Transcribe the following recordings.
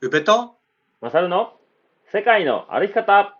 宇部とマサルの世界の歩き方。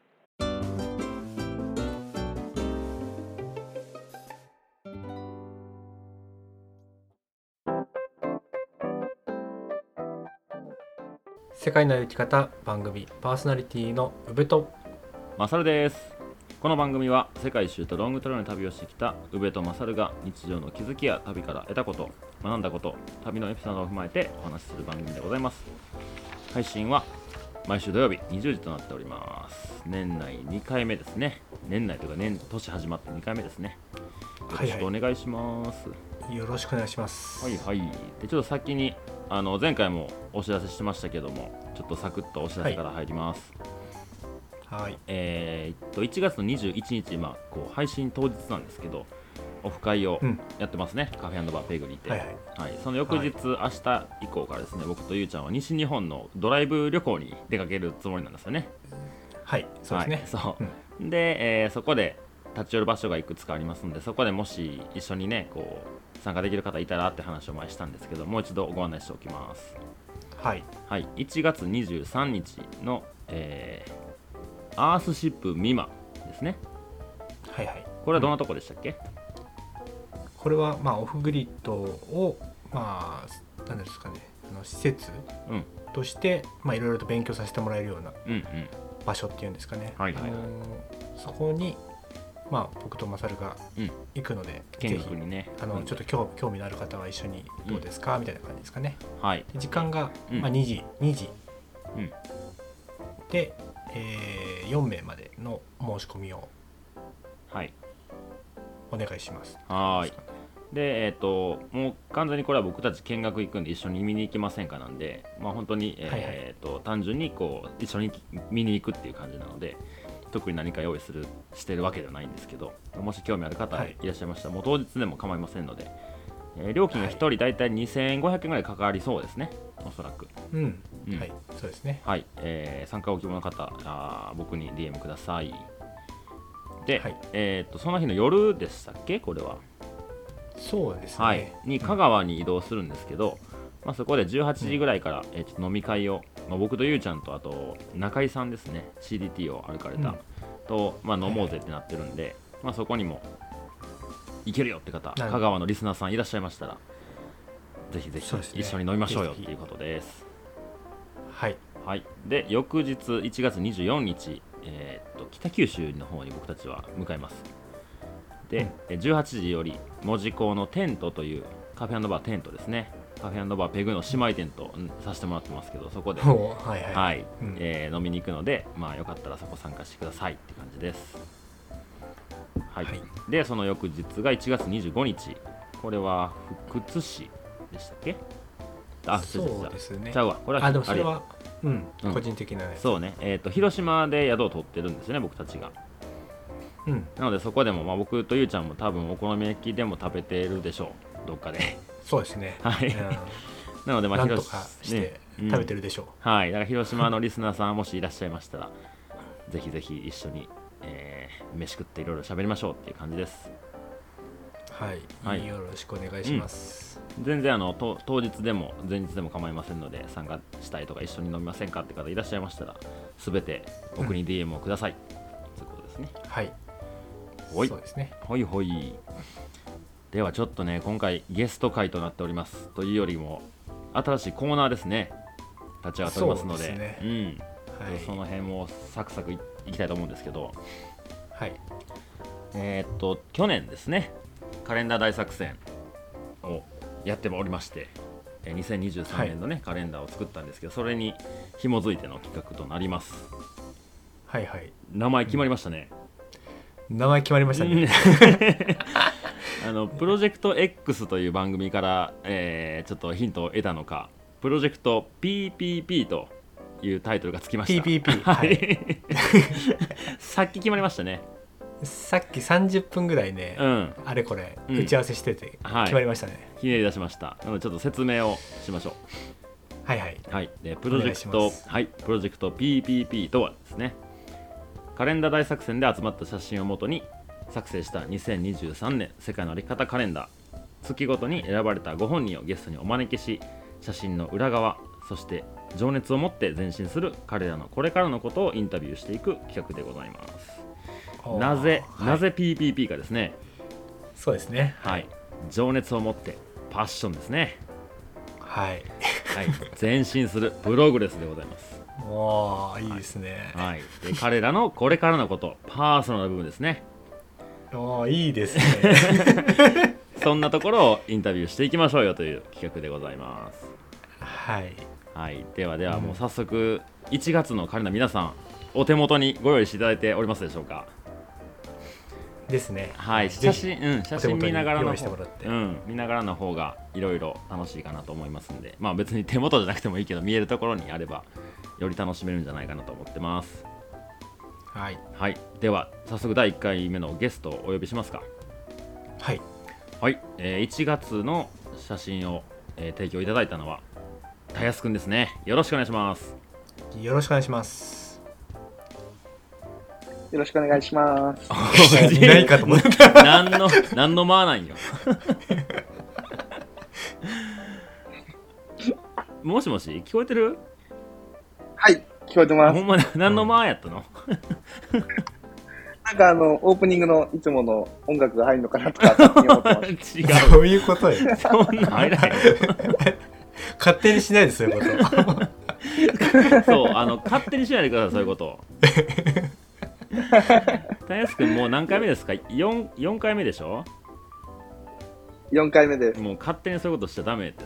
世界の歩き方番組パーソナリティの宇部とマサルです。この番組は世界一周とロングトレーの旅をしてきた宇部とマサルが日常の気づきや旅から得たこと、学んだこと、旅のエピソードを踏まえてお話しする番組でございます。配信は毎週土曜日20時となっております。年内2回目ですね。年内というか年始まって2回目ですね。よろしくお願いします。 よろしくお願いします。 はいはい。でちょっと先に前回もお知らせしてましたけども、ちょっとサクッとお知らせから入ります。 はい。 1月の21日、こう配信当日なんですけど、オフ会をやってますね、カフェ&バーペグにて、 はいその翌日、明日以降からですね、僕とゆうちゃんは西日本のドライブ旅行に出かけるつもりなんですよね。 はい、そうですね。 で、そこで立ち寄る場所がいくつかありますので、そこでもし一緒にねこう参加できる方いたらって話を前したんですけど、もう一度ご案内しておきます。 はい、 1月23日の、アースシップミマですね。 はいはい。 これはどんなとこでしたっけ？ これはオフグリッドを何ですかね、施設として、いろいろと勉強させてもらえるような場所っていうんですかね。そこに僕とマサルが行くので、 見学にね、 ちょっと興味のある方は一緒にどうですか、みたいな感じですかね。時間が、2時で、4名までの申し込みをお願いします。 で、もう完全にこれは僕たち見学行くんで一緒に見に行きませんかなんで、本当に、単純にこう一緒に見に行くっていう感じなので、特に何か用意してるわけではないんですけど、もし興味ある方いらっしゃいましたら、もう当日でも構いませんので、料金が1人だいたい2500円ぐらいかかりそうですね、おそらく。 はい、そうですね。 参加ご希望の方、僕に DM ください。で、その日の夜でしたっけ、これは。 そうですね。 に香川に移動するんですけど、そこで18時ぐらいから、ちょっと飲み会を、僕とゆうちゃんとあと中井さんですね、 CDT を歩かれた、と、飲もうぜってなってるんで、そこにも行けるよって方、香川のリスナーさんいらっしゃいましたら、ぜひぜひ一緒に飲みましょうよっていうことです。で翌日1月24日、北九州の方に僕たちは向かいます。で、18時より門司港のテントというカフェ&バーテントですね、カフェ&バーペグの姉妹テントさせてもらってますけど、そこで、飲みに行くので、よかったらそこ参加してくださいって感じです。でその翌日が1月25日、これは福津市でしたっけ？ そうですね。 ちゃうわ、これはでもそれは個人的なやつ。 そうね、広島で宿を取ってるんですよね、僕たちが。なのでそこでも、僕とゆうちゃんも多分お好み焼きでも食べてるでしょう、どっかで。 そうですね。 なのでなんとかして食べてるでしょう。 だから広島のリスナーさんもしいらっしゃいましたらぜひぜひ一緒に、飯食っていろいろ喋りましょうっていう感じです。 よろしくお願いします。 全然当日でも前日でも構いませんので、参加したいとか一緒に飲みませんかって方いらっしゃいましたら、全て僕に DM をください、ということですね。 そうですね。 ではちょっとね、今回ゲスト会となっております。というよりも新しいコーナーですね、立ち上がっておりますので、その辺もサクサクいきたいと思うんですけど、去年ですね、カレンダー大作戦をやっておりまして、2023年のね、カレンダーを作ったんですけど、それに紐づいての企画となります。名前決まりましたね。 名前決まりましたね。 プロジェクト X という番組から、ちょっとヒントを得たのか、プロジェクト PPP というタイトルがつきました。 PPP さっき決まりましたね。 さっき30分ぐらいね、あれこれ打ち合わせしてて決まりましたね。 ひねり出しました。なのでちょっと説明をしましょう。でプロジェクト PPP とはですね、カレンダー大作戦で集まった写真をもとに作成した2023年世界の歩き方カレンダー、月ごとに選ばれたご本人をゲストにお招きし、写真の裏側、そして情熱を持って前進する彼らのこれからのことをインタビューしていく企画でございます。なぜ PPP かですね。 そうですね。 はい、情熱を持ってパッションですね。 はい、はい、 前進するプログレスでございます。 おー、いいですね。 はい、で彼らのこれからのこと、パーソナルな部分ですね。 おー、いいですね。 そんなところをインタビューしていきましょうよという企画でございます。 はい、 はい、ではもう早速1月のカレンダー、皆さんお手元にご用意していただいておりますでしょうか。 ですね。 はい、写真見ながらの方、見ながらの方がいろいろ楽しいかなと思いますんで、まあ別に手元じゃなくてもいいけど見えるところにあればより楽しめるんじゃないかなと思ってます。 はい、 はい、では早速第1回目のゲストをお呼びしますか。 はい、 はい、1月の写真を、提供いただいたのはたやすくんですね。よろしくお願いします。 よろしくお願いします。 よろしくお願いします。 いないかと思った。 何の間なんよ。もしもし聞こえてる？ はい、聞こえてます。 ほんま何の間やったの？ なんかオープニングのいつもの音楽が入るのかなとか思ってま違う。 そういうことよ。 そんな入らへん。 勝手にしないでそういうこと。 そう、勝手にしないでください、そういうこと。たやすくんもう何回目ですか？4回目でしょ ？4回目です。 もう勝手にそういうことしちゃダメです。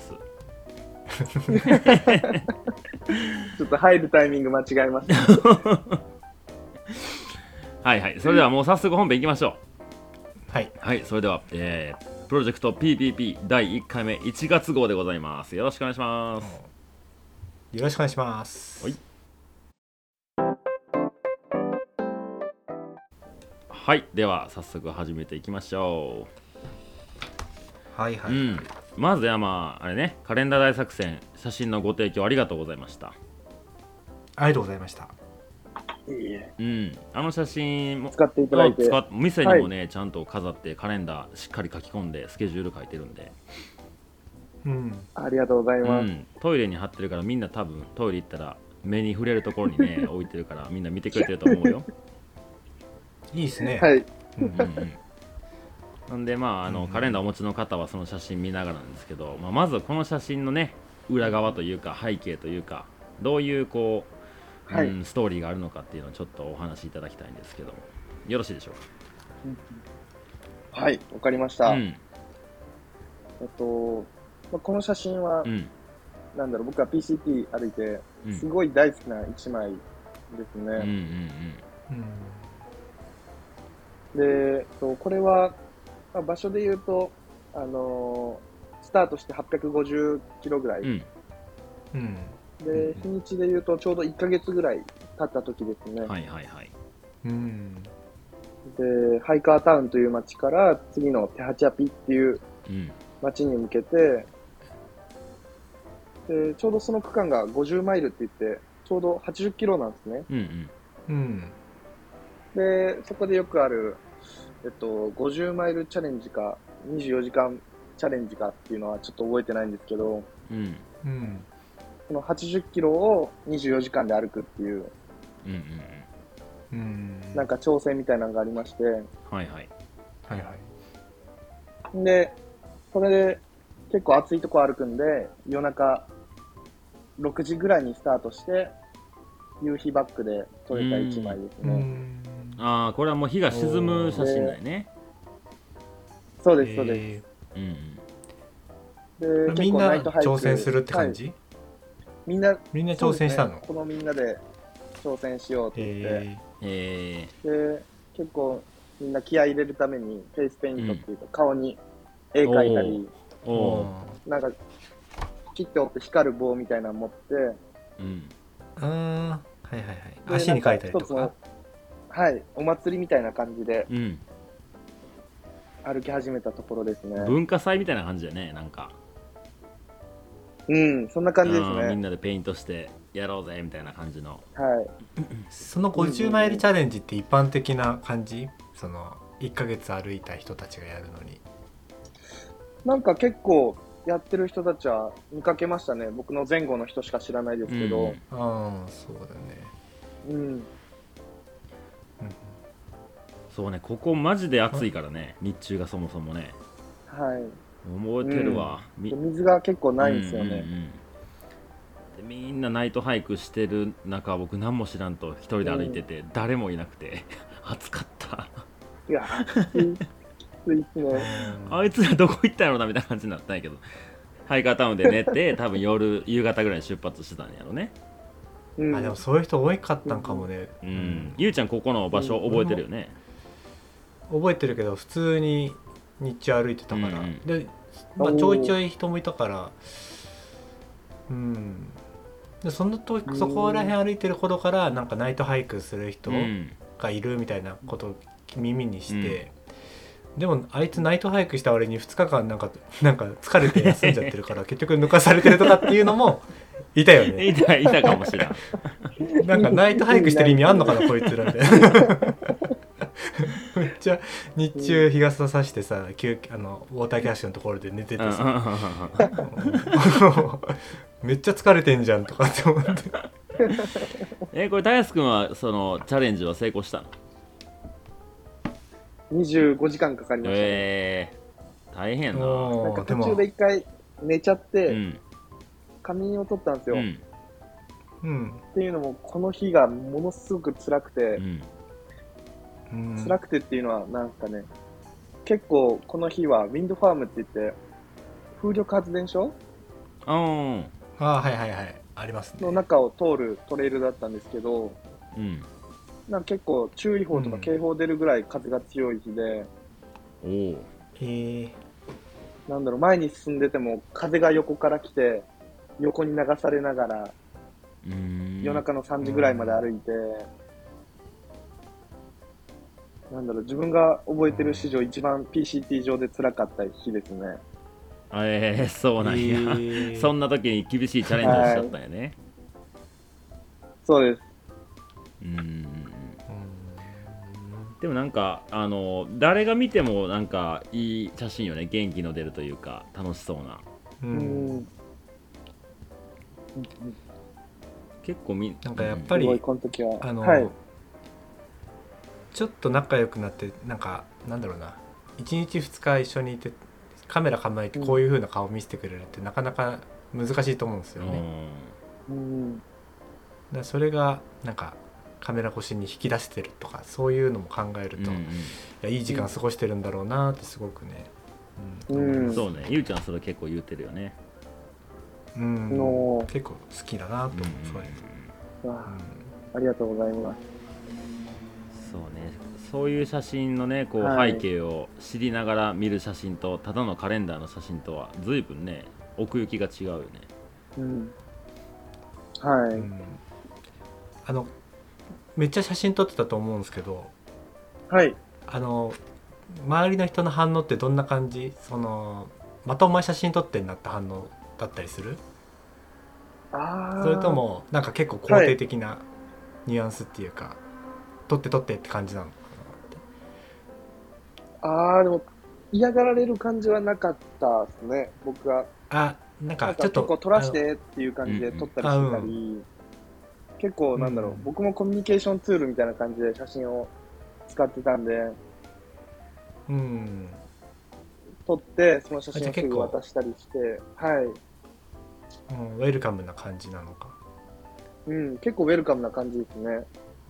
ちょっと入るタイミング間違えました。 はいはい、それではもう早速本編いきましょう。はい、 はい、それでは、プロジェクト PPP 第1回目1月号でございます。よろしくお願いします。 よろしくお願いします。 はい、はい、では早速始めていきましょう。はいはい、 まずはあれね、カレンダー大作戦写真のご提供ありがとうございました。 ありがとうございました。 あの写真も使っていただいて、 店にもね、はい、ちゃんと飾ってカレンダーしっかり書き込んでスケジュール書いてるんで、 ありがとうございます。 トイレに貼ってるからみんな多分トイレ行ったら目に触れるところにね置いてるからみんな見てくれてると思うよ。 いいですね。 はい。 なんでカレンダーお持ちの方はその写真見ながらなんですけど、まずこの写真のね裏側というか背景というかどういうこうストーリーがあるのかっていうのをちょっとお話しいただきたいんですけど、よろしいでしょうか。はい、わかりました。この写真は、なんだろう、僕は PCT 歩いてすごい大好きな一枚ですね。で、これは、場所で言うと、スタートして850キロぐらい。で、日にちで言うとちょうど1ヶ月ぐらい経った時ですね。 はいはいはい。 で、ハイカータウンという町から次のテハチャピっていう町に向けて、で、ちょうどその区間が50マイルって言って、ちょうど80キロなんですね。で、そこでよくある、50マイルチャレンジか、24時間チャレンジかっていうのはちょっと覚えてないんですけど、この80キロを24時間で歩くっていう、なんか挑戦みたいなのがありまして、で、それで結構暑いとこ歩くんで、夜中6時ぐらいにスタートして、夕日バックで撮れた1枚ですね。 ああ、これはもう日が沈む写真だよね。 そうです、そうです。 で、みんな挑戦するって感じ？ みんな挑戦したの？ このみんなで挑戦しようって言って、で、結構みんな気合い入れるためにフェイスペイントっていうか、顔に絵描いたり、なんか切って折って光る棒みたいなの持って、 足に描いたりとか、 はい、お祭りみたいな感じで歩き始めたところですね。 文化祭みたいな感じだね、なんか。 そんな感じですね。 みんなでペイントしてやろうぜみたいな感じの。 はい。 その50マイルチャレンジって一般的な感じ？1ヶ月歩いた人たちがやるのに。 なんか結構やってる人たちは見かけましたね。僕の前後の人しか知らないですけど。 ああ、そうだね。 うん。 そうね、ここマジで暑いからね、日中がそもそもね。 はい。 覚えてるわ。 水が結構ないんですよね。 でみんなナイトハイクしてる中、僕何も知らんと一人で歩いてて、誰もいなくて暑かった。 いや、きついっすね。 あいつらどこ行ったんやろなみたいな感じになったんやけど、ハイカータウンで寝て、多分夕方ぐらいに出発してたんやろね。 あ、でもそういう人多かったんかもね。 ゆうちゃんここの場所覚えてるよね。 覚えてるけど普通に日中歩いてたから、で、まあ、ちょいちょい人もいたから、でそこら辺歩いてる頃からなんかナイトハイクする人がいるみたいなことを耳にして、でもあいつナイトハイクした割に2日間なんか疲れて休んじゃってるから結局抜かされてるとかっていうのもいたよね。 いたかもしれん。 なんかナイトハイクしてる意味あんのかなこいつらみたいな。めっちゃ日中日傘さしてさ、ウォーターキャッシュのところで寝ててさめっちゃ疲れてんじゃんとかって思ってこれたやすくんはそのチャレンジは成功したの ？25時間かかりましたね。大変やな。 なんか途中で一回寝ちゃって、仮眠を取ったんですよ。っていうのもこの日がものすごく辛くて、辛くてっていうのはなんかね、結構この日はウィンドファームって言って風力発電所はいありますねの中を通るトレイルだったんですけど、なんか結構注意報とか警報出るぐらい風が強い日で、なんだろう、前に進んでても風が横から来て横に流されながら夜中の3時ぐらいまで歩いて、なんだろう、自分が覚えてる史上一番 PCT 上で辛かった日ですね。 そうなんや。そんな時に厳しいチャレンジをしちゃったんやね。 そうです。 でもなんか誰が見てもなんかいい写真よね。元気の出るというか楽しそうな。結構なんかやっぱりこの時はちょっと仲良くなって、なんだろうな、1日2日一緒にいてカメラ構えてこういう風な顔見せてくれるってなかなか難しいと思うんですよね。だそれがなんかカメラ越しに引き出してるとかそういうのも考えると、いい時間過ごしてるんだろうなってすごくね、 そうね、ゆうちゃんそれ結構言ってるよね。 結構好きだなと思う。 ありがとうございます。 そうね、そういう写真のねこう背景を知りながら見る写真とただのカレンダーの写真とは随分ね奥行きが違うよね。 めっちゃ写真撮ってたと思うんですけど、 周りの人の反応ってどんな感じ？またお前写真撮ってんなって反応だったりする？それともなんか結構肯定的なニュアンスっていうか、撮ってって感じなのかなって。でも嫌がられる感じはなかったですね、僕は。 なんかちょっとこう撮らしてっていう感じで撮ったりしてたり、結構なんだろう、僕もコミュニケーションツールみたいな感じで写真を使ってたんで、撮ってその写真をすぐ渡したりして、 ウェルカムな感じなのか。 結構ウェルカムな感じですね。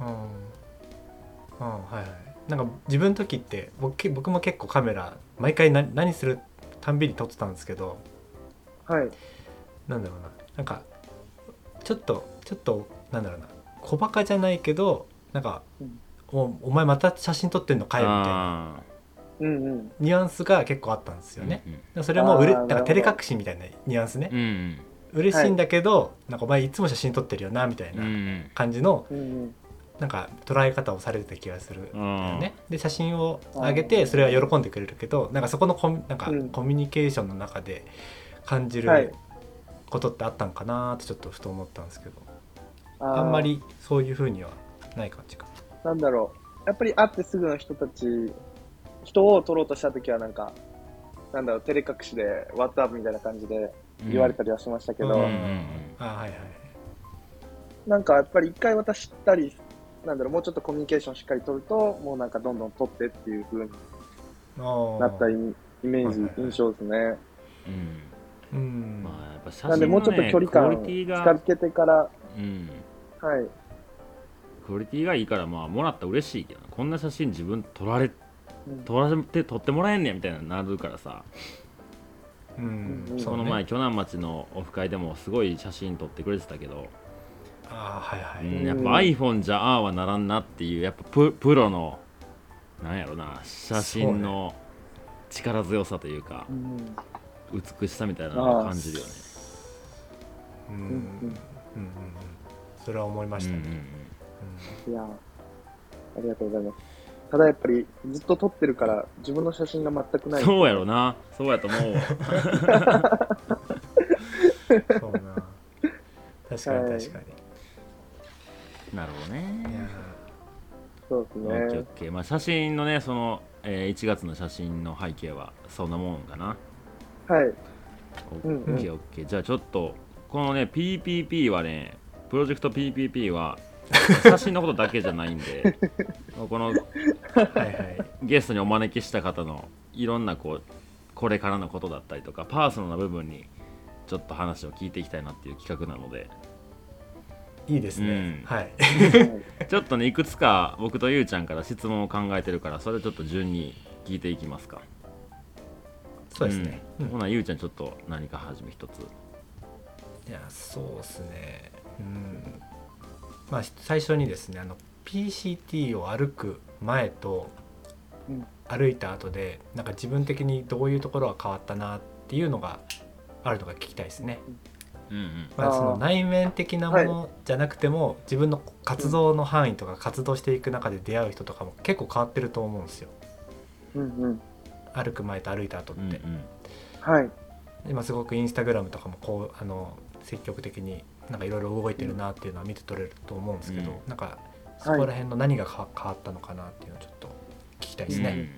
なんか自分の時って僕も結構カメラ毎回何するたんびに撮ってたんですけど、なんだろうな、なんかちょっとなんだろうな、小バカじゃないけどなんか、お前また写真撮ってんのかよみたいなニュアンスが結構あったんですよね。それもなんか照れ隠しみたいなニュアンスね。嬉しいんだけど、なんかお前いつも写真撮ってるよなみたいな感じの、なんか捉え方をされてた気がするんだよね。で写真を上げてそれは喜んでくれるけど、なんかそこのなんかコミュニケーションの中で感じることってあったんかなってちょっとふと思ったんですけど、あんまりそういう風にはない感じか。 なんだろう、やっぱり会ってすぐの人を撮ろうとした時はなんかなんだろう、照れ隠しで、ワットアップみたいな感じで言われたりはしましたけど、なんかやっぱり一回渡したり、なんだろう、もうちょっとコミュニケーションしっかり取ると、もうなんかどんどん取ってっていう風になったイメージ、印象ですね。 まあやっぱ写真のね、 なんでもうちょっと距離感近づけてから、はい。 クオリティがいいから、まあもらったら嬉しいけど、こんな写真自分撮ってもらえんねんみたいななるからさ。この前鋸南町のオフ会でもすごい写真撮ってくれてたけど、やっぱ iPhone じゃああはならんなっていう、やっぱプロのなんやろな、写真の力強さというか、美しさみたいなのを感じるよね。 それは思いましたね。 いや、ありがとうございます。ただやっぱりずっと撮ってるから自分の写真が全くない。 そうやろな、そうやと思うわ。 そうな、確かに確かに。 なるほどね。 そうですね。 オッケーオッケー。まあ写真のね、その、1月の写真の背景はそんなもんかな。 はい。 オッケーオッケー。じゃあちょっとこのね PPP はね、プロジェクト PPP は写真のことだけじゃないんで、このゲストにお招きした方のいろんなこれからのことだったりとか、パーソナルな部分にちょっと話を聞いていきたいなっていう企画なので。 いいですね。はい。 ちょっとね、いくつか僕とゆうちゃんから質問を考えてるから、それちょっと順に聞いていきますか。 そうですね。 ほなゆうちゃんちょっと何か始め一つ。 いや、そうですね。まあ最初にですね、PCT を歩く前と歩いた後で、なんか自分的にどういうところが変わったなっていうのがあるのが聞きたいですね。まあ、その内面的なものじゃなくても、自分の活動の範囲とか活動していく中で出会う人とかも結構変わってると思うんですよ。歩く前と歩いた後って。今すごくインスタグラムとかも積極的になんかいろいろ動いてるなっていうのは見て取れると思うんですけど、なんかそこら辺の何が変わったのかなっていうのをちょっと聞きたいですね。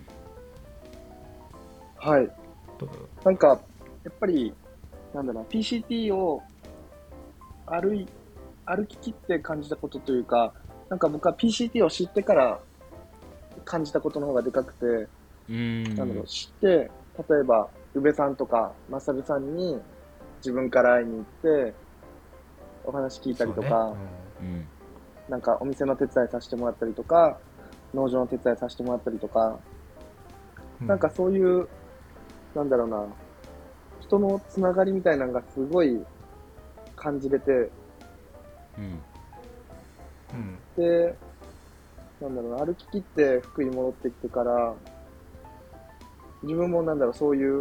はい。なんかやっぱりなんだろう、PCT を歩き切って感じたことというか、なんか僕は PCT を知ってから感じたことの方がでかくて、なんだろう、知って、例えば宇部さんとかまさるさんに自分から会いに行ってお話聞いたりとか、なんかお店の手伝いさせてもらったりとか、農場の手伝いさせてもらったりとか、なんかそういうなんだろうな、人のつながりみたいなのがすごい感じれて、で、なんだろうな、歩き切って福井に戻ってきてから、自分もなんだろう、そういう、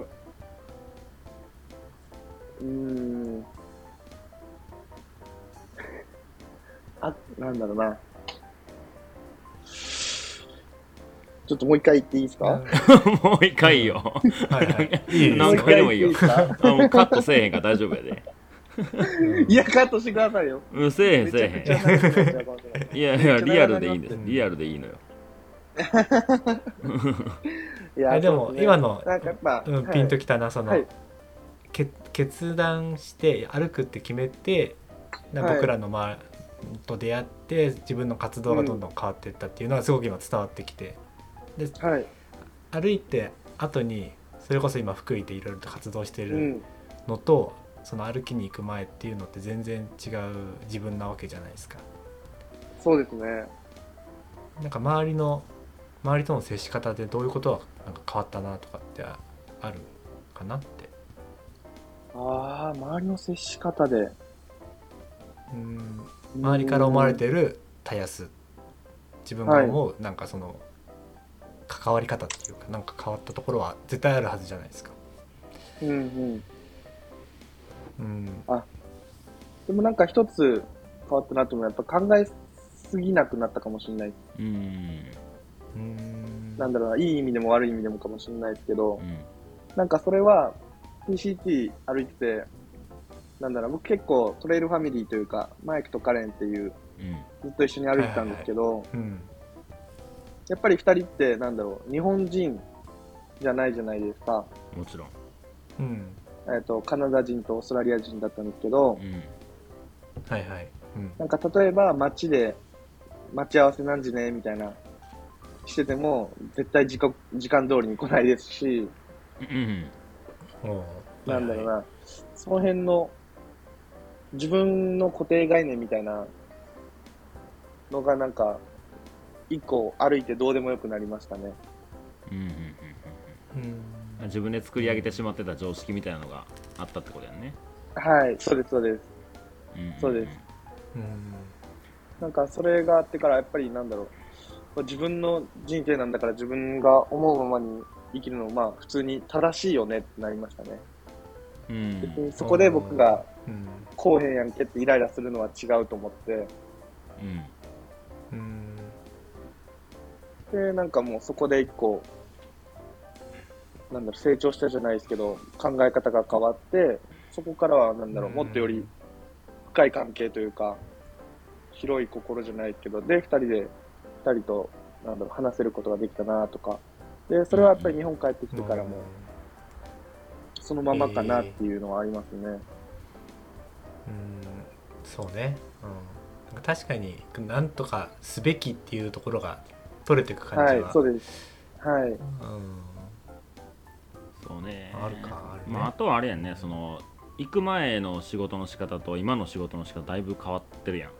なんだろうな。ちょっともう一回言っていいですか？ もう一回よ。何回でもいいよ。もうカットせえへんから大丈夫やで。 いや、カットしてくださいよ。 せえへん。いやいや、リアルでいいんです。リアルでいいのよ。 いやでも今のピンときたな、その決断して歩くって決めて、僕らのと出会って自分の活動がどんどん変わっていったっていうのがすごく今伝わってきて、で、歩いて後にそれこそ今福井でいろいろと活動してるのと、その歩きに行く前っていうのって全然違う自分なわけじゃないですか。 そうですね。 なんか周りとの接し方でどういうことはなんか変わったなとかってあるかなって。 周りの接し方で、 周りから思われてるたやす、自分が思うなんかその関わり方っていうか、なんか変わったところは絶対あるはずじゃないですか。 でもなんか一つ変わったなと思うのは、やっぱ考えすぎなくなったかもしれない。なんだろうな、いい意味でも悪い意味でもかもしれないですけど、なんかそれは PCT 歩いてて、なんだろう、僕結構トレイルファミリーというか、マイクとカレンっていう、ずっと一緒に歩いてたんですけど、やっぱり二人ってなんだろう、日本人じゃないじゃないですか。 もちろん。 うん。 カナダ人とオーストラリア人だったんですけど、 はいはい。 なんか例えば街で待ち合わせ何時ねみたいなしてても絶対時間通りに来ないですし、なんだろうな、その辺の自分の固定概念みたいなのがなんか一個歩いてどうでもよくなりましたね。 自分で作り上げてしまってた常識みたいなのがあったってことやね。 はい、そうですそうです。そうです。なんかそれがあってからやっぱりなんだろう、自分の人生なんだから自分が思うままに生きるのまあ普通に正しいよねってなりましたね。別にそこで僕がこうへんやんけってイライラするのは違うと思って、でなんかもうそこで一個なんだろう成長したじゃないですけど考え方が変わって、そこからはなんだろうもっとより深い関係というか広い心じゃないけどで2人となんだろう話せることができたなとかで、それはやっぱり日本帰ってきてからもそのままかなっていうのはありますね。 そうね、確かになんとかすべきっていうところが取れていく感じは、 はい、そうです。はい、 そうね。 あるかあるね。 まあ、あとはあれやんね、その行く前の仕事の仕方と今の仕事の仕方だいぶ変わってるやん。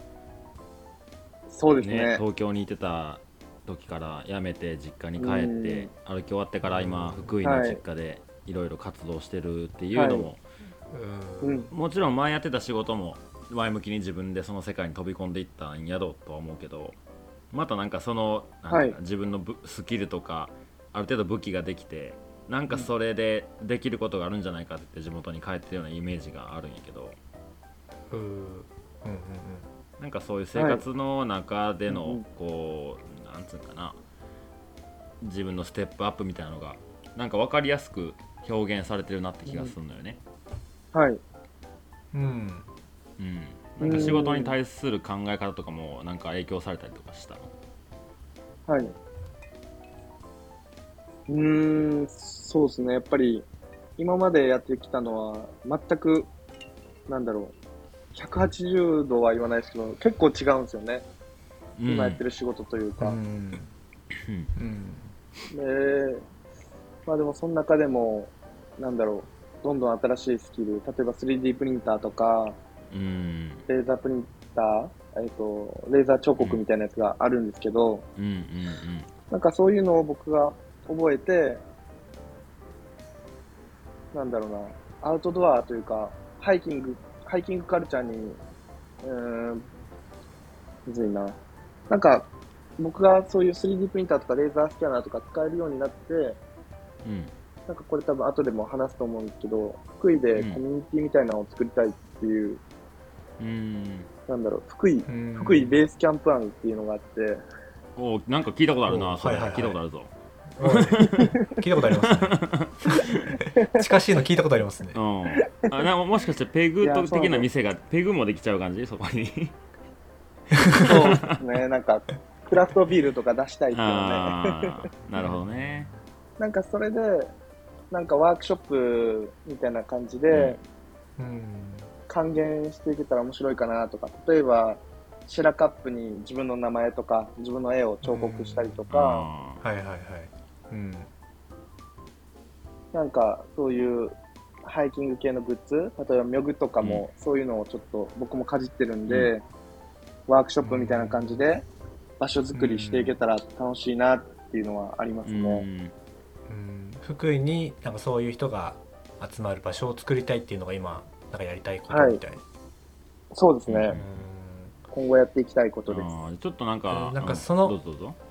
そうですね。 東京にいてた時から辞めて実家に帰って歩き終わってから今福井の実家でいろいろ活動してるっていうのも、もちろん前やってた仕事も前向きに自分でその世界に飛び込んでいったんやろうとは思うけど、またなんかそのなんか自分のスキルとかある程度武器ができてなんかそれでできることがあるんじゃないかって地元に帰ってるようなイメージがあるんやけど、なんかそういう生活の中でのこうなんつうかな、自分のステップアップみたいなのがなんか分かりやすく表現されてるなって気がするのよね。 はい。 なんか仕事に対する考え方とかもなんか影響されたりとかしたの？ はい。そうですね。やっぱり今までやってきたのは全くなんだろう180度は言わないですけど結構違うんですよね。今やってる仕事というか。で、まあでもその中でもなんだろうどんどん新しいスキル、例えば 3D プリンターとか、レーザープリンター、レーザー彫刻みたいなやつがあるんですけど、なんかそういうのを僕が覚えて、なんだろうな、アウトドアというか、ハイキングカルチャーに、むずいな。なんか、僕がそういう 3D プリンターとかレーザースキャナーとか使えるようになって、なんかこれ多分後でも話すと思うんですけど、福井でコミュニティみたいなのを作りたいっていう、なんだろう、福井ベースキャンプ案っていうのがあって。 なんか聞いたことあるな、それ、聞いたことあるぞ。 聞いたことありますね。近しいの聞いたことありますね。 もしかしてペグ的な店がペグもできちゃう感じそこに。 そうですね。なんかクラフトビールとか出したいっていうのね。 なるほどね。 なんかそれでなんかワークショップみたいな感じで還元していけたら面白いかなとか、例えばシェラカップに自分の名前とか自分の絵を彫刻したりとか、なんかそういうハイキング系のグッズ、例えばミョグとかもそういうのをちょっと僕もかじってるんで、ワークショップみたいな感じで場所作りしていけたら楽しいなっていうのはありますね。 福井になんかそういう人が集まる場所を作りたいっていうのが今なんかやりたいことみたい。 そうですね。今後やっていきたいことです。 ちょっとなんかその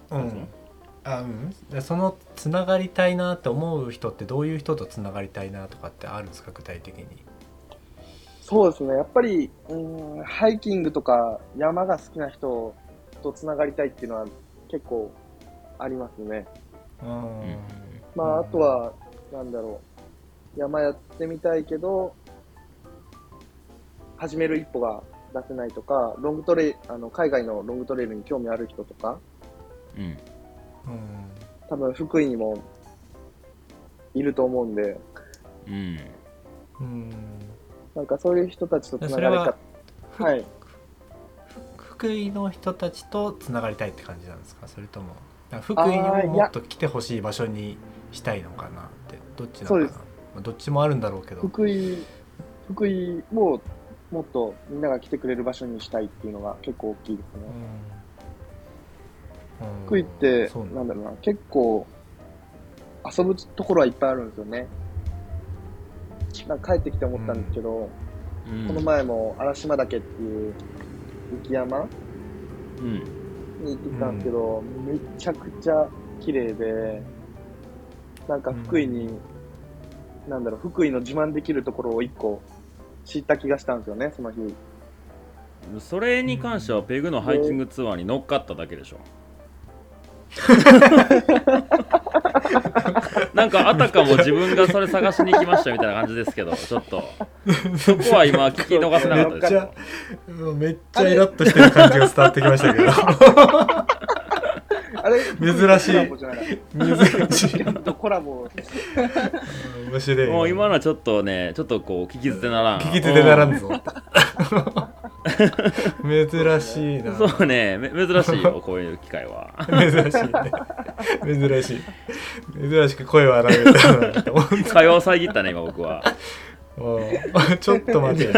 そのつながりたいなって思う人ってどういう人とつながりたいなとかってあるんですか、具体的に？ そうですね。やっぱりハイキングとか山が好きな人とつながりたいっていうのは結構ありますね。まああとはなんだろう、山やってみたいけど始める一歩が出せないとか、海外のロングトレイルに興味ある人とか、多分福井にもいると思うんで、なんかそういう人たちとつながりか、はい。 福井の人たちとつながりたいって感じなんですか？それとも福井にももっと来てほしい場所にしたいのかなって、どっちなのかな。まあ、どっちもあるんだろうけど、 福井をもっとみんなが来てくれる場所にしたいっていうのが結構大きいですね。福井ってなんだろうな、結構遊ぶところはいっぱいあるんですよね。なんか帰ってきて思ったんですけど、この前も嵐島岳っていう雪山に行ってきたんですけど、めちゃくちゃ綺麗で、なんか福井に、なんだろう、福井の自慢できるところを一個知った気がしたんですよね、その日。 それに関してはペグのハイキングツアーに乗っかっただけでしょ。なんかあたかも自分がそれ探しに行きましたみたいな感じですけど、ちょっとそこは今聞き逃せなかったですよ。 めっちゃイラッとしてる感じが伝わってきましたけどあれ珍しいコラボ面白い。 もう今のはちょっとね、ちょっとこう聞き捨てならん、 聞き捨てならんぞ珍しいな。 そうね、珍しいよこういう機会は。 珍しいね、珍しく声を荒げたなって思った。 会話を遮ったね今僕は。 ちょっと待て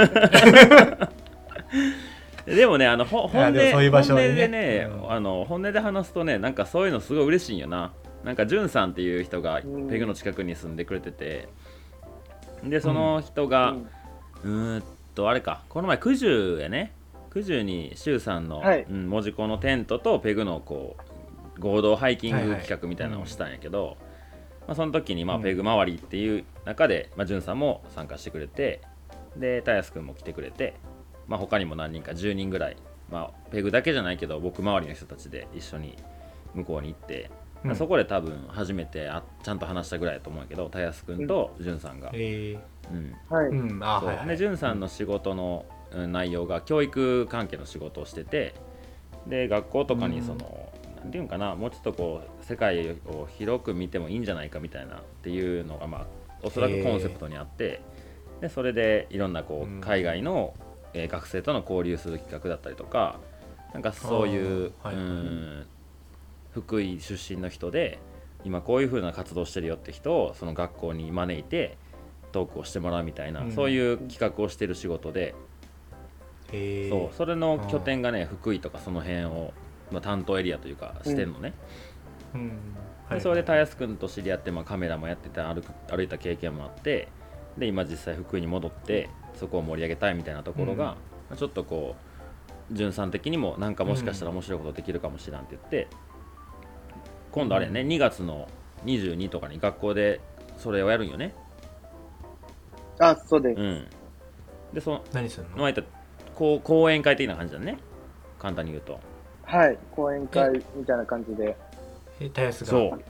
でもね、本音でね、 うん、 本音で話すとね、なんかそういうのすごい嬉しいんよな。なんかじゅんさんっていう人がペグの近くに住んでくれてて、でその人が、あれか、この前九十やね、九十に周さんの、門司港のテントとペグのこう合同ハイキング企画みたいなのをしたんやけど、まあ、その時にペグ周りっていう中で、じゅんさんも参加してくれて、でたやすくんも来てくれて、他にも何人か10人ぐらい、ペグだけじゃないけど僕周りの人たちで一緒に向こうに行って、そこで多分初めてちゃんと話したぐらいだと思うけど、たやすくんとじゅんさんが、でじゅんさんの仕事の内容が教育関係の仕事をしてて、で学校とかにその、なんていうんかな、もうちょっとこう世界を広く見てもいいんじゃないかみたいなっていうのがおそらくコンセプトにあって、でそれでいろんなこう海外の学生との交流する企画だったりとか、なんかそういう、福井出身の人で今こういう風な活動してるよって人をその学校に招いてトークをしてもらうみたいな、そういう企画をしてる仕事で、それの拠点がね福井とかその辺を、担当エリアというかしてるのね。でそれでたやすくんと知り合って、カメラもやってて歩いた経験もあって、で今実際福井に戻ってそこを盛り上げたいみたいなところが、ちょっとこうじゅんさん的にもなんかもしかしたら面白いことできるかもしれんって言って、今度あれね、2月の22とかに学校でそれをやるんよね。 あ、そうです。 で何するの？ 講演会的な感じだね、簡単に言うと。 はい、講演会みたいな感じで。 たやすが。 そう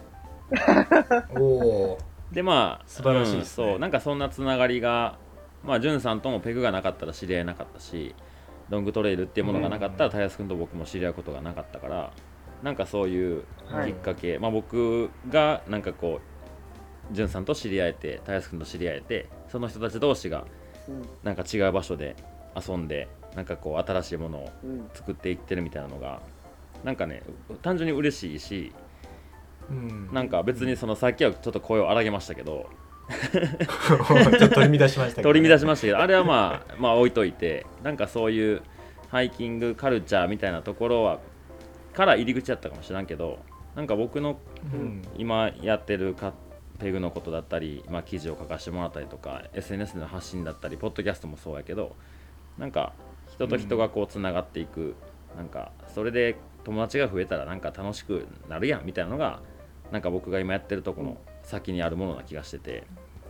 で素晴らしいですね。 そう、なんかそんなつながりが、じゅんさんともペグがなかったら知り合いなかったし、ロングトレイルっていうものがなかったらたやすくんと僕も知り合うことがなかったから、なんかそういうきっかけ、僕がなんかこうじゅんさんと知り合えて、たやすくんと知り合えて、その人たち同士がなんか違う場所で遊んで、なんかこう新しいものを作っていってるみたいなのが、なんかね単純に嬉しいし、なんか別にそのさっきはちょっと声を荒げましたけどちょっと取り乱しましたけど、 取り乱しましたけど、あれはまあ置いといて、なんかそういうハイキングカルチャーみたいなところはから入り口だったかもしれんけど、なんか僕の今やってるペグのことだったり、記事を書かせてもらったりとか SNS の発信だったりポッドキャストもそうやけど、なんか人と人がこうつながっていく、なんかそれで友達が増えたらなんか楽しくなるやんみたいなのが、なんか僕が今やってるとこの先にあるものな気がしてて、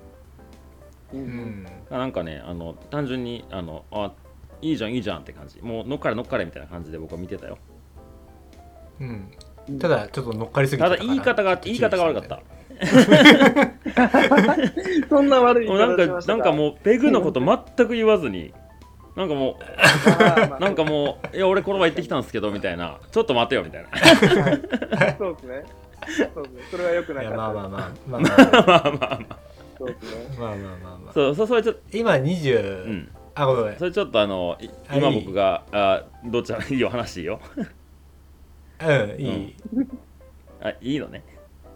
なんかね単純にいいじゃんいいじゃんって感じ、もう乗っかれ乗っかれみたいな感じで僕は見てたよ。 ただちょっと乗っかりすぎてたかな。 言い方が悪かった。 そんな悪い言い方しましたか。 なんかもうペグのこと全く言わずに、なんかもういや俺この前行ってきたんですけどみたいな、ちょっと待てよみたいな。 そうですね。 そうね、それは良くなかった。 まあまあまあまあまあまあまあまあそうですね。 まあまあまあまあ。 そうそれちょっと今20、 うんあ、ごめんごめん。 それちょっと今僕がどっちらいいよ話していいようん、いい。 いいのね。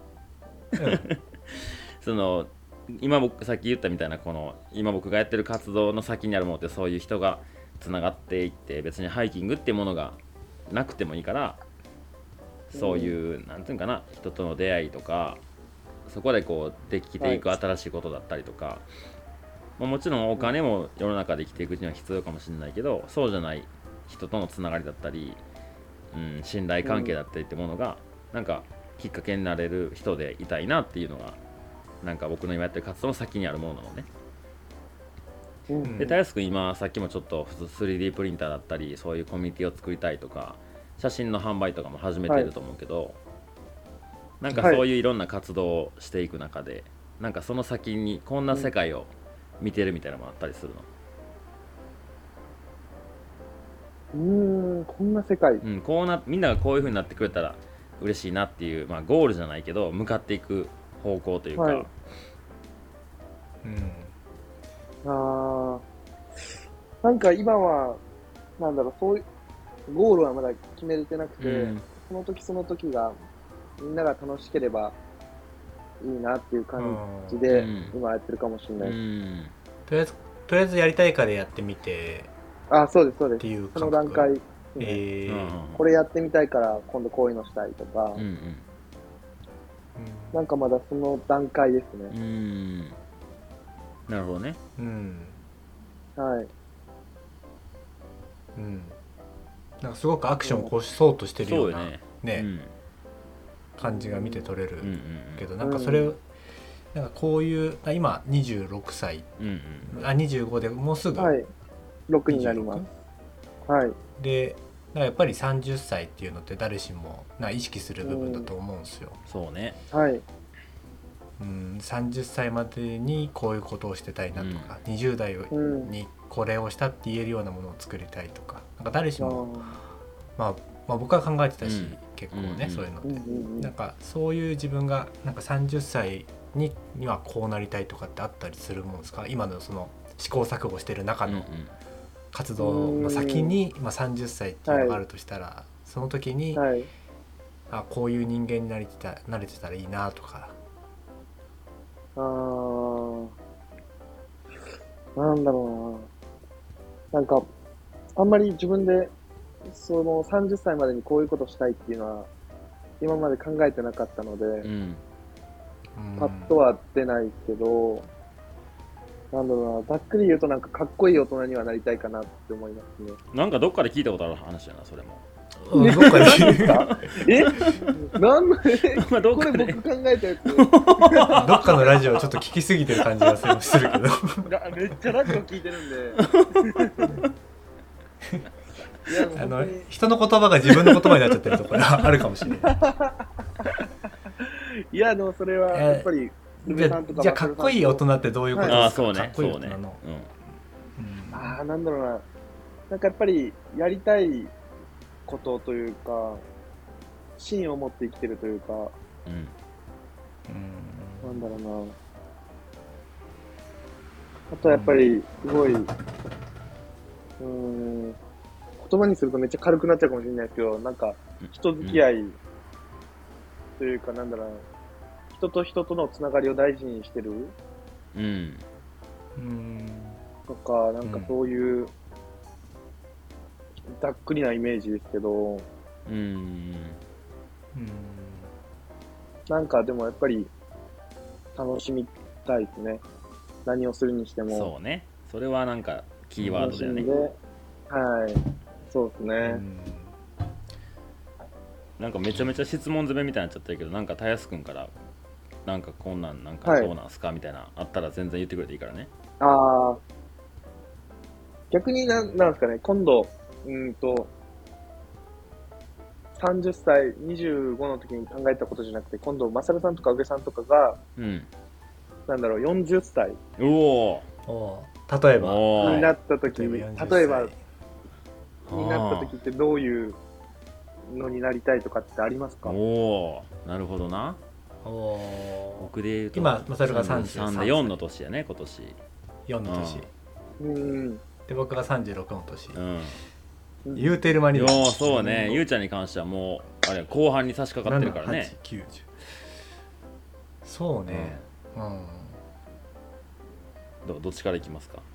うん、 今僕さっき言ったみたいな今僕がやってる活動の先にあるものってそういう人がつながっていって別にハイキングっていうものがなくてもいいからそういうなんていうかな人との出会いとかそこでこうできていく新しいことだったりとか、もちろんお金も世の中で生きていくには必要かもしれないけどそうじゃない人とのつながりだったり、信頼関係だったりってものがなんかきっかけになれる人でいたいなっていうのがなんか僕の今やってる活動の先にあるものなのね。でたやすくん今さっきもちょっと普通 3D プリンターだったりそういうコミュニティを作りたいとか写真の販売とかも始めてると思うけど、なんかそういういろんな活動をしていく中で、なんかその先にこんな世界を見てるみたいなのもあったりするの？こんな世界、 みんながこういう風になってくれたら嬉しいなっていう、ゴールじゃないけど向かっていく方向というか、 なんか今はなんだろう、そういうゴールはまだ決めれてなくて、その時その時がみんなが楽しければいいなっていう感じで今やってるかもしれない。 とりあえずやりたいからやってみて。 そうですそうです。 っていうその段階、これやってみたいから今度こういうのしたいとか、なんかまだその段階ですね。 なるほどね。 はい。 なんかすごくアクションを起こそうとしてるような感じが見て取れるけど、なんかそれをなんかこういう今26歳、25でもうすぐ 6になります。はい。 でやっぱり30歳っていうのって誰しも意識する部分だと思うんですよ。 そうね。 はい。 30歳までにこういうことをしてたいなとか、20代にこれをしたって言えるようなものを作りたいとか、なんか誰しもまあ僕は考えてたし、結構ね、そういうのってなんかそういう自分がなんか30歳にはこうなりたいとかってあったりするもんですか？今のその試行錯誤してる中の活動の先に、30歳っていうのがあるとしたら、その時に、こういう人間になれてたらいいなとか。 なんだろうな。なんかあんまり自分でその30歳までにこういうことしたいっていうのは今まで考えてなかったので、パッとは出ないけど、なんだろうな、ざっくり言うとなんかかっこいい大人にはなりたいかなって思いますね。 なんかどっかで聞いたことある話やな、それも。 どっかで聞いたなんでこれ僕考えたやつどっかのラジオちょっと聞きすぎてる感じがするけどめっちゃラジオ聞いてるんで人の言葉が自分の言葉になっちゃってるところがあるかもしれないいやでもそれはやっぱりじゃあかっこいい大人ってどういうことですか？ そうね、 かっこいい大人のなんだろうな、なんかやっぱりやりたいことというか芯を持って生きてるというか、なんだろうな、あとやっぱりすごい言葉にするとめっちゃ軽くなっちゃうかもしれないですけど、なんか人付き合いというか、なんだろうな、人と人とのつながりを大事にしてるとか、なんかそういうざっくりなイメージですけど、なんかでもやっぱり楽しみたいですね。何をするにしても。 そうね。それはなんかキーワードだよね。 はい。そうですね。 なんかめちゃめちゃ質問攻めみたいになっちゃったけど、なんかたやすくんからなんかこんなんなんかどうなんすかみたいなあったら全然言ってくれていいからね。 逆になんですかね、今度30歳、25の時に考えたことじゃなくて、今度、マサルさんとか宇部さんとかが、なんだろう、40歳例えばになった時になった時ってどういうのになりたいとかってありますか？ おー、なるほどな。僕で言うと今マサルが33 で4の年やね、今年 4の年、で僕が36の年、言うてる間にそうね、ゆうちゃんに関してはもうあれ後半に差し掛かってるからね。 7、8、90そうね、 どっちからいきますか？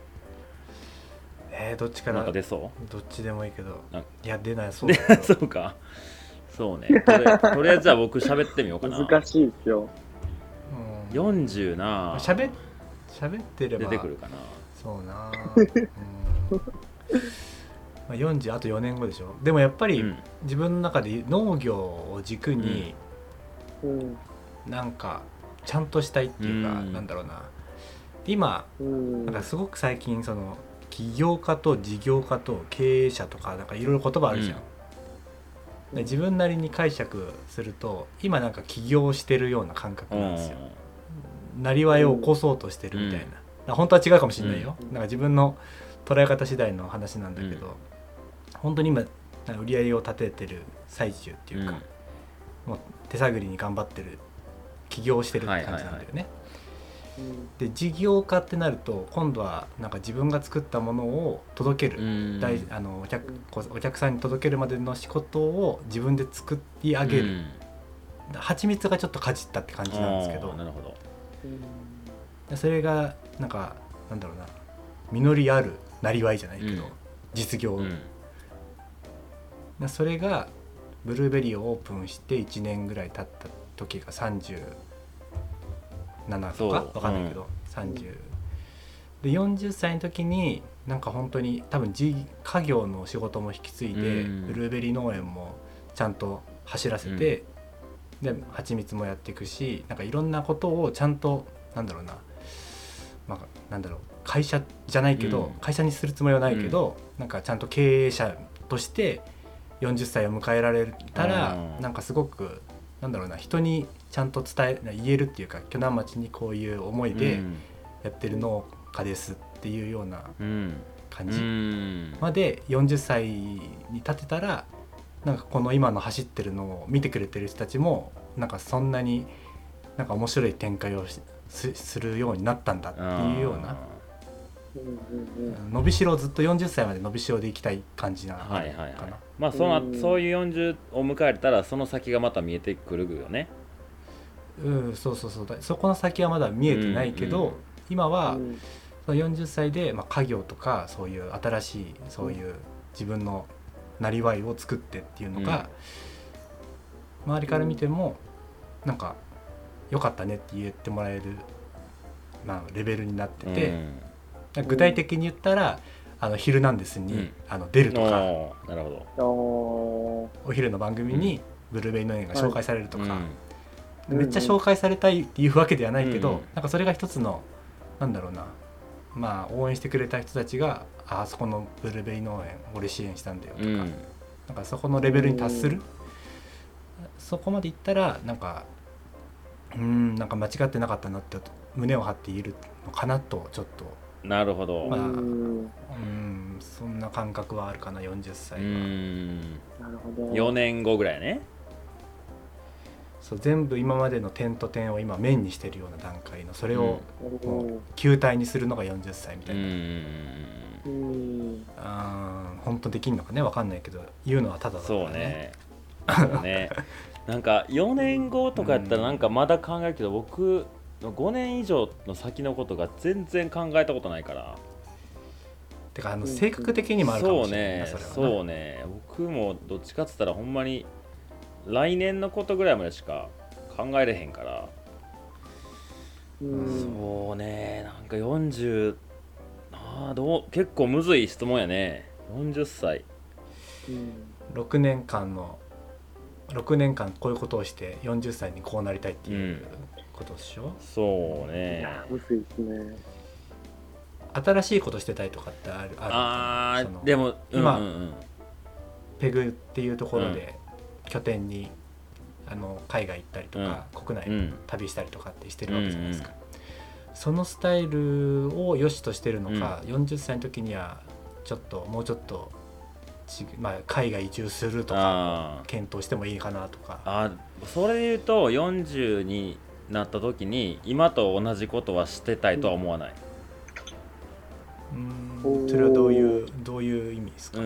どっちから？ なんか出そう？ どっちでもいいけど、いや出ない。 そうそうか、そうね。とりあえずじゃあ僕喋ってみようかな。 難しいですよ。 40な。 喋ってれば出てくるかな。 そうな。40あと4年後でしょ。でもやっぱり自分の中で農業を軸になんかちゃんとしたいっていうか、なんだろうな。今なんかすごく最近その起業家と事業家と経営者とかなんかいろいろ言葉あるじゃん。で自分なりに解釈すると今なんか起業してるような感覚なんですよ。なりわいを起こそうとしてるみたいな。本当は違うかもしれないよ。なんか自分の捉え方次第の話なんだけど、本当に今売り上げを立ててる最中っていうか、もう手探りに頑張ってる起業してるって感じなんだよね。で事業家ってなると今度はなんか自分が作ったものを届ける、お客さんに届けるまでの仕事を自分で作り上げる、蜂蜜がちょっとかじったって感じなんですけど、 なるほど。 それがなんかなんだろうな、実りあるなりわいじゃないけど、実業、それがブルーベリーをオープンして1年ぐらい経った時が37とか分かんないけど、30で40歳の時になんか本当に多分家業の仕事も引き継いで、ブルーベリー農園もちゃんと走らせて、で蜂蜜もやっていくし、なんかいろんなことをちゃんとなんだろうな、なんだろう、会社じゃないけど、会社にするつもりはないけど、なんかちゃんと経営者として40歳を迎えられたら、なんかすごくなんだろうな、人にちゃんと言えるっていうか、鋸南町にこういう思いでやってる農家ですっていうような感じまで40歳に立てたら、なんかこの今の走ってるのを見てくれてる人たちもなんかそんなになんか面白い展開をするようになったんだっていうような、伸びしろをずっと40歳まで伸びしろでいきたい感じなのかな。 まあそういう40を迎えたらその先がまた見えてくるよね。 そうそこの先はまだ見えてないけど、今はその40歳で家業とかそういう新しいそういう自分のなりわいを作ってっていうのが、周りから見てもなんか良かったねって言ってもらえる、レベルになってて、具体的に言ったらヒルナンデスに出るとか、 なるほど、お昼の番組にブルーベリー農園が紹介されるとか、めっちゃ紹介されたいっていうわけではないけど、なんかそれが一つのなんだろうな、応援してくれた人たちがあそこのブルーベリー農園俺支援したんだよとか、なんかそこのレベルに達する、そこまでいったらなんかなんか間違ってなかったなって胸を張っているのかなとちょっと。 なるほど。 そんな感覚はあるかな、40歳は。 なるほど。 4年後ぐらいね。 そう、全部今までの点と点を今面にしてるような段階の、それをもう球体にするのが40歳みたいな。本当できんのかね、分かんないけど、言うのはただだからね。 そうね。なんか4年後とかやったらなんかまだ考えるけど、僕5年以上の先のことが全然考えたことないから。 てか性格的にもあるかもしれないな、 そうね。僕もどっちかっつったらほんまに来年のことぐらいまでしか考えれへんから。そうね、なんか40、結構むずい質問やね。40歳。 6年間こういうことをして40歳にこうなりたいっていうことでしょ。 そうね。 むずいですね。 新しいことしてたいとかってある？ でも今、ペグっていうところで拠点に海外行ったりとか、国内旅したりとかってしてるわけじゃないですか。そのスタイルを良しとしてるのか、40歳の時にはもうちょっとまあ、海外移住するとか検討してもいいかなとか。 それで言うと40になった時に今と同じことはしてたいとは思わない。 それはどういう意味ですか？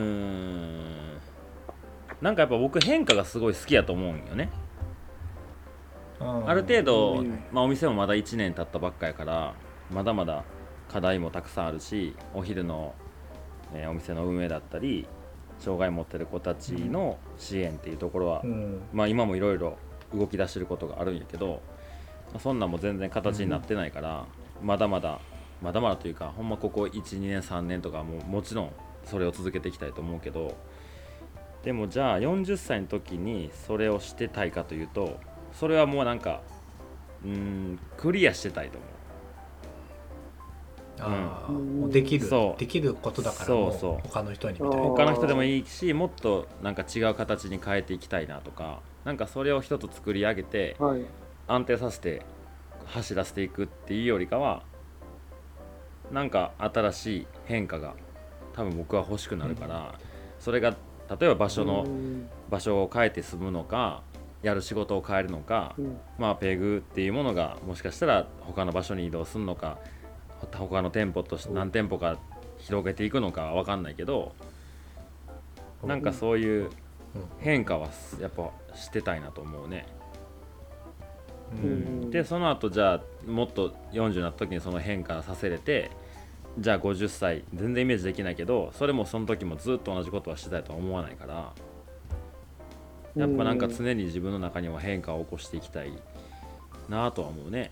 なんかやっぱ僕変化がすごい好きやと思うんよね。ある程度、まあ、お店もまだ1年経ったばっかやからまだまだ課題もたくさんあるし、お昼の、お店の運営だったり障害を持ってる子たちの支援っていうところは、まあ、今もいろいろ動き出してることがあるんやけど、まあ、そんなんも全然形になってないから、まだまだというかほんまここ 1,2 年3年とかもちろんそれを続けていきたいと思うけど、でもじゃあ40歳の時にそれをしてたいかというと、それはもうなんかクリアしてたいと思う。 もうできることだからもう他の人にみたいな。 他の人でもいいし、もっとなんか違う形に変えていきたいなとか、なんかそれを一つ作り上げて、安定させて走らせていくっていうよりかは、なんか新しい変化が多分僕は欲しくなるから、それが例えば場所を変えて住むのか、やる仕事を変えるのか、まあペグっていうものがもしかしたら他の場所に移動するのか、他の店舗として何店舗か広げていくのかは分かんないけど、なんかそういう変化はやっぱしてたいなと思うね。でその後じゃあもっと40になった時にその変化させれて、じゃあ50歳全然イメージできないけど、それもその時もずっと同じことはしてたいとは思わないから、やっぱなんか常に自分の中には変化を起こしていきたいなとは思うね。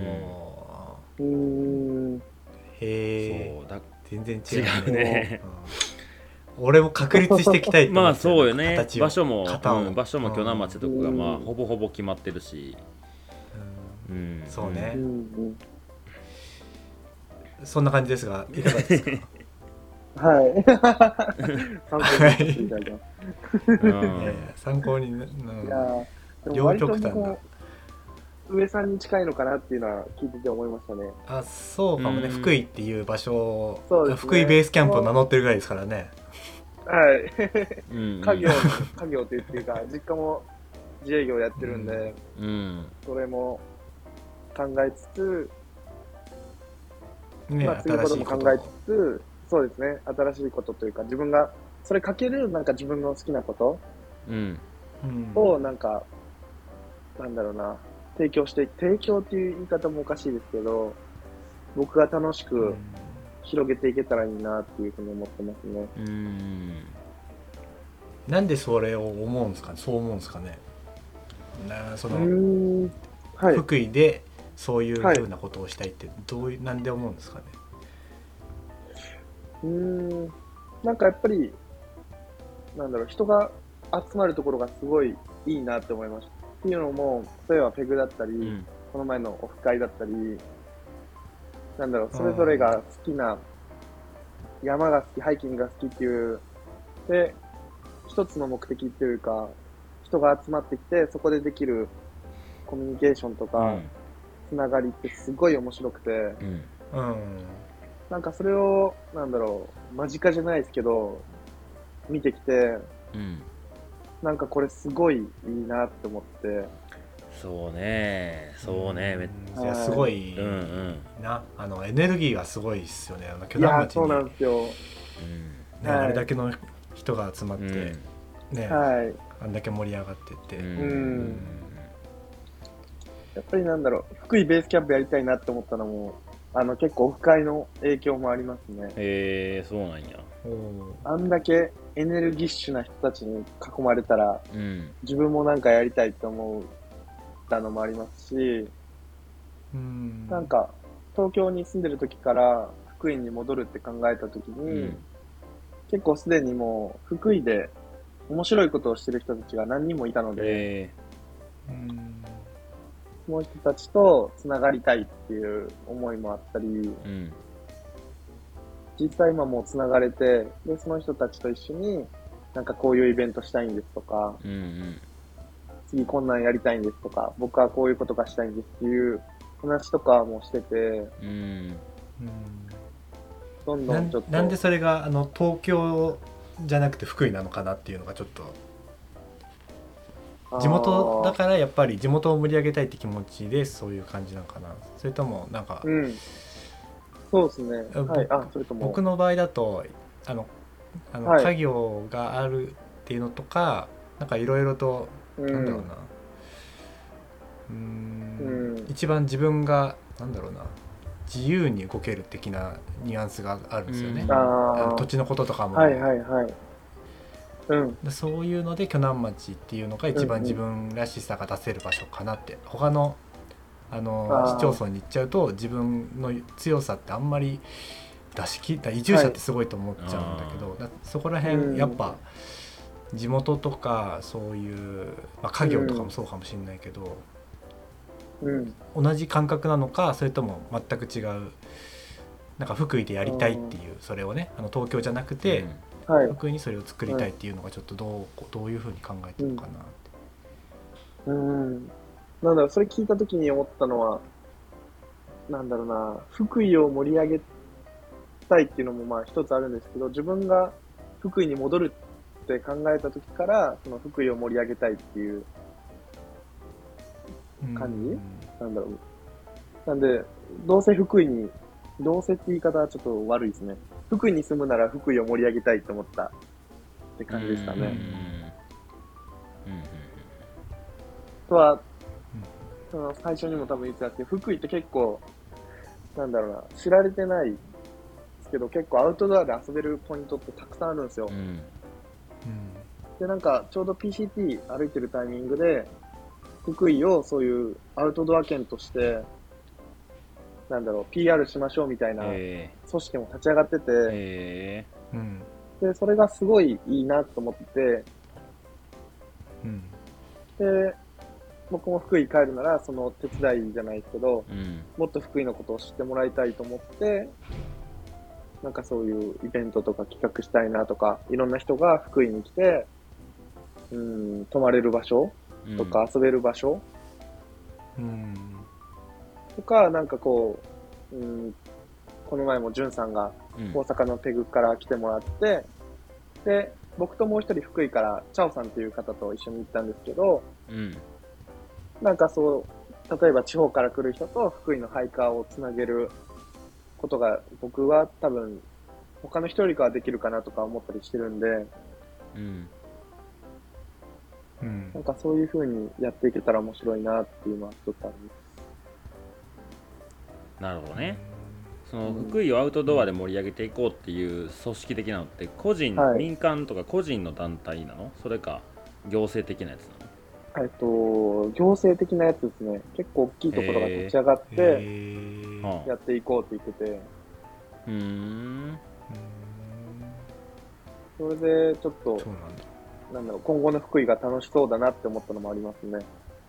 へえ、全然違うね。俺も確立していきたいと思って。 まあそうよね。場所も鋸南町とかがまあほぼほぼ決まってるし、 そうね。そんな感じですが、いかがですか？ はい。 参考に、 両極端な。上さんに近いのかなっていうのは聞いてて思いましたね。 そうかもね。福井っていう場所、福井ベースキャンプを名乗ってるぐらいですからね。 はい。家業っていうか、実家も自営業やってるんで、それも考えつつ、まあ、次のことも考えつつ、そうですね、新しいことというか、自分が、それかける、なんか自分の好きなことを、なんか、なんだろうな、提供っていう言い方もおかしいですけど、僕が楽しく広げていけたらいいなっていうふうに思ってますね。 なんでそれを思うんですかね、そう思うんですかね。その、福井でそういうふうなことをしたいってなんで思うんですかね。なんかやっぱり、なんだろう、人が集まるところがすごいいいなって思いました。っていうのも、例えばペグだったり、この前のオフ会だったり、なんだろう、それぞれが好きな、山が好き、ハイキングが好きっていう、で、一つの目的っていうか、人が集まってきて、そこでできるコミュニケーションとか、つながりってすごい面白くて、なんかそれを、なんだろう、間近じゃないですけど、見てきて、なんかこれすごいいいなって思って。 そうね、めっちゃすごいな、エネルギーがすごいですよね。 鋸南町に。そうなんですよ。 あれだけの人が集まってね、あんだけ盛り上がってて、 やっぱりなんだろう、福井ベースキャンプやりたいなって思ったのも、結構オフ会の影響もありますね。 そうなんや。 あんだけエネルギッシュな人たちに囲まれたら、自分もなんかやりたいと思ったのもありますし、なんか東京に住んでる時から福井に戻るって考えた時に、結構すでにもう福井で面白いことをしてる人たちが何人もいたので、その人たちとつながりたいっていう思いもあったり、実際今もうつながれて、でその人たちと一緒になんかこういうイベントしたいんですとか、次こんなんやりたいんですとか、僕はこういうことがしたいんですっていう話とかもしてて、 どんどんちょっとなんでそれが東京じゃなくて福井なのかなっていうのがちょっと、地元だからやっぱり地元を盛り上げたいって気持ちでそういう感じなのかな、それともなんか、 そうですね、はい、それとも僕の場合だとはい、家業があるっていうのとか、なんかいろいろと、なんだろうな、一番自分がなんだろうな、自由に動ける的なニュアンスがあるんですよね。土地のこととかも、 はいはいはい、 そういうので鋸南町っていうのが一番自分らしさが出せる場所かなって、他の市町村に行っちゃうと自分の強さってあんまり出し切った、移住者ってすごいと思っちゃうんだけど、そこら辺やっぱ地元とかそういう、家業とかもそうかもしれないけど、同じ感覚なのか、それとも全く違う、なんか福井でやりたいっていう、それをね東京じゃなくて、福井にそれを作りたいっていうのがちょっとどういうふうに考えてるのかなって。 なんだろう、それ聞いた時に思ったのは、なんだろうな、福井を盛り上げたいっていうのも一つあるんですけど、自分が福井に戻るって考えた時からその福井を盛り上げたいっていう感じ、なんだろう。なんでどうせ福井に、どうせって言い方はちょっと悪いですね。福井に住むなら福井を盛り上げたいと思ったって感じですかね。とは、その最初にも多分言ってたんですけど、福井って結構なんだろうな、知られてないけど結構アウトドアで遊べるポイントってたくさんあるんですよ。で、なんかちょうど PCT 歩いてるタイミングで福井をそういうアウトドア県としてなんだろう PR しましょうみたいな組織も立ち上がってて、でそれがすごいいいなと思ってて、で僕も福井帰るならその手伝いじゃないですけど、もっと福井のことを知ってもらいたいと思って、なんかそういうイベントとか企画したいなとか、いろんな人が福井に来て、泊まれる場所とか遊べる場所、とか、なんかこう、この前もじゅんさんが大阪のペグから来てもらって、で、僕ともう一人福井からチャオさんっていう方と一緒に行ったんですけど、なんかそう、例えば地方から来る人と福井のハイカーをつなげることが僕は多分他の人よりかはできるかなとか思ったりしてるんで、なんかそういう風にやっていけたら面白いなっていうのは一つあります。 なるほどね。その福井をアウトドアで盛り上げていこうっていう組織的なのって個人、民間とか個人の団体なの？それか行政的なやつなの？ 行政的なやつですね。結構大きいところが立ち上がってやっていこうって言ってて、それでちょっとなんだろう、今後の福井が楽しそうだなって思ったのもありますね。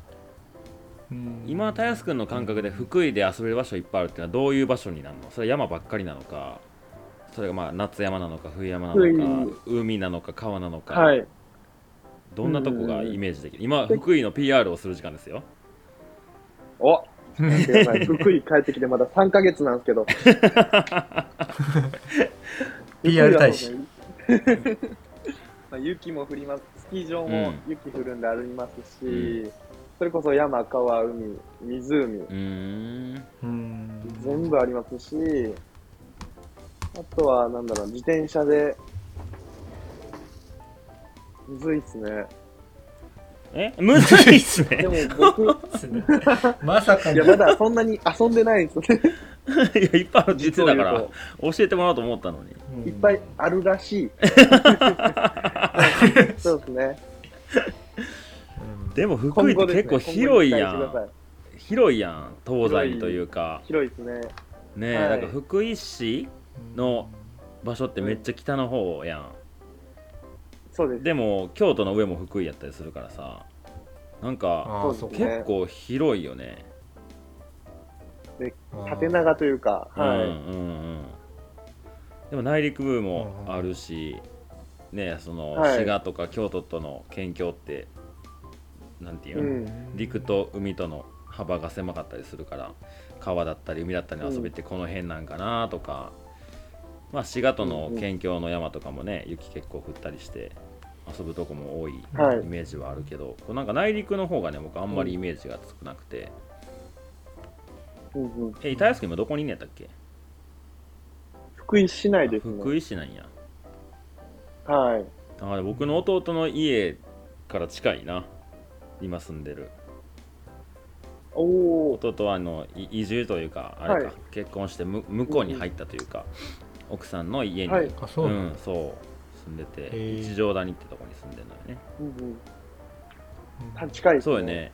今たやすくんの感覚で福井で遊べる場所いっぱいあるっていうのはどういう場所になるの？それは山ばっかりなのか、それが夏山なのか冬山なのか海なのか川なのか、どんなとこがイメージできる？今福井の PR をする時間ですよ。 お福井帰ってきてまだ3ヶ月なんですけど PR 大使雪も降ります。スキー場も雪降るんでありますし、それこそ山、川、海、湖、全部ありますし、あとはなんだろう、自転車でむずいっすね。 むずいっすね。 でも僕まさかいやまだそんなに遊んでないんですよね。 いやいっぱいあるって言ってたから教えてもらおうと思ったのに。 いっぱいあるらしい。そうですね。 でも福井って結構広いやん。広いやん、東西というか。 広いですね。 ねえ、なんか福井市の場所ってめっちゃ北の方やん。 そうです。 でも京都の上も福井やったりするからさ、なんか結構広いよね。 で、縦長というか、 でも内陸部もあるし、ね、その滋賀とか京都との県境ってなんていうの、陸と海との幅が狭かったりするから、川だったり海だったり遊べてこの辺なんかなとか、 まあ滋賀との県境の山とかもね、雪結構降ったりして遊ぶとこも多いイメージはあるけど、なんか内陸の方がね僕あんまりイメージが少なくて、板安君今どこにいんやったっけ？ 福井市内ですね。 福井市なんや。 はい。 僕の弟の家から近いな、今住んでる。弟は移住というかあれか、結婚して向こうに入ったというか、奥さんの家に、そう住んでて、一条谷ってとこに住んでるのよね。近いですね。 そうよね。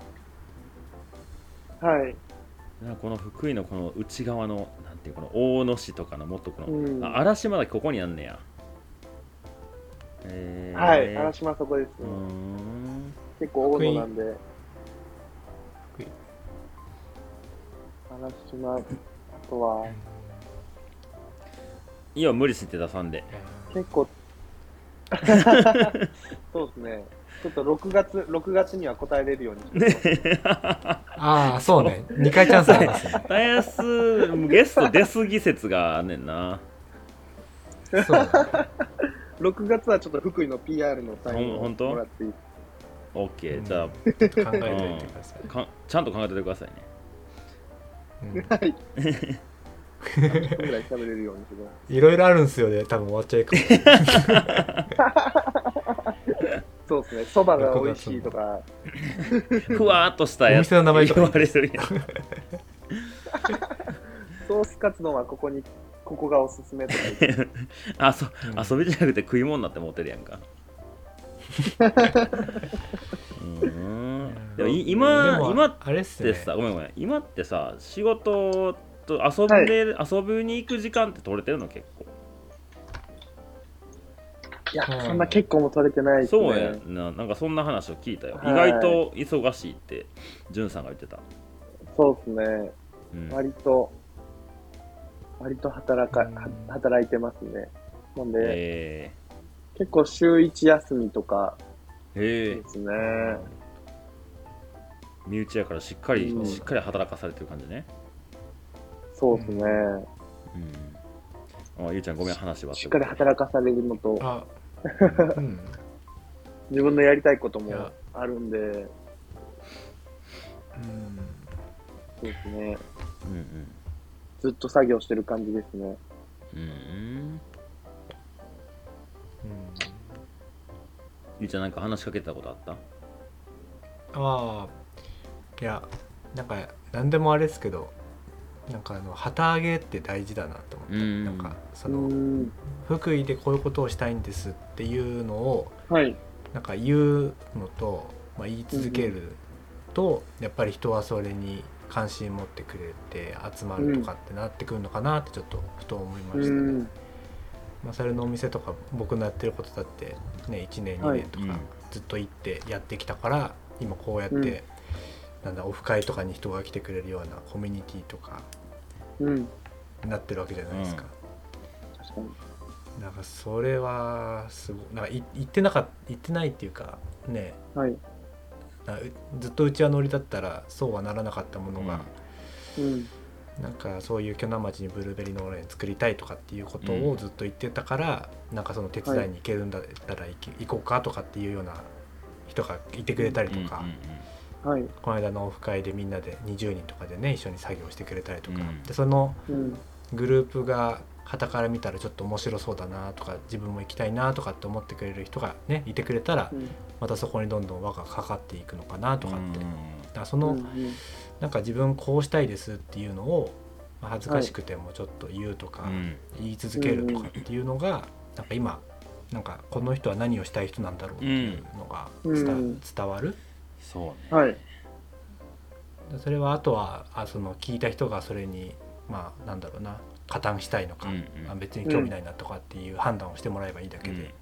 はい。 この福井のこの内側のなんていうこの大野市とかのもっとこの、嵐島だけここにあんねや。 はい、嵐島そこですね。結構大野なんで。嵐島、あとは。 いいよ、無理して出さんで。 結構。そうですね。ちょっと6月には答えれるようにしてああ、そうね。2回チャンスありますね。 ダイヤスゲスト出過ぎ説があんねんな。 そうね。 6月はちょっと福井の PR のサインをもらっていい？ オッケー、じゃあ考えておいてください。 ちゃんと考えておいてくださいね。はい。ぐらい喋れるようにしてください。いろいろあるんですよね。多分終わっちゃうかも。そうですね。そばが美味しいとか。 ふわーっとしたやつ言われるやん。 ソースカツ丼はここがおすすめとか言って。 遊びじゃなくて食い物になって持ってるやんか。でも今ってさ、ごめん今ってさ、仕事と遊びに行く時間って取れてるの結構？ いや、そんな結構も取れてないですね。 そうやな、なんかそんな話を聞いたよ。意外と忙しいってじゅんさんが言ってた。 そうですね。割と働いてますね。なんで、結構週1休みとかですね。 身内やからしっかり働かされてる感じね。 そうですね。 ゆうちゃんごめん、話は。 しっかり働かされるのと、自分のやりたいこともあるんで、そうですね。ずっと作業してる感じですね。 ゆうちゃんなんか話しかけたことあった？ いや、なんか何でもあれですけど、なんか旗揚げって大事だなと思って、なんかその福井でこういうことをしたいんですっていうのを、なんか言うのと、言い続けると、やっぱり人はそれに関心持ってくれて集まるとかってなってくるのかなってちょっとふと思いましたね。それのお店とか僕のやってることだってね、1年2年とかずっと行ってやってきたから、今こうやって、オフ会とかに人が来てくれるようなコミュニティとかなってるわけじゃないですか。 確かに。 なんかそれはすごい、なんか言ってないっていうかね、ずっとうちわ乗りだったらそうはならなかったものが、なんかそういう鋸南町にブルーベリー農園作りたいとかっていうことをずっと言ってたから、なんかその手伝いに行けるんだったら行こうかとかっていうような人がいてくれたりとか、この間のオフ会でみんなで20人とかでね一緒に作業してくれたりとか、でそのグループが傍から見たらちょっと面白そうだなとか、自分も行きたいなとかって思ってくれる人がねいてくれたら、またそこにどんどん輪がかかっていくのかなとかって、だからそのなんか自分こうしたいですっていうのを恥ずかしくてもちょっと言うとか、言い続けるとかっていうのが、なんか今なんかこの人は何をしたい人なんだろうっていうのが伝わる。 そうね。 それはあとはその聞いた人がそれになんだろうな、加担したいのか、別に興味ないなとかっていう判断をしてもらえばいいだけで、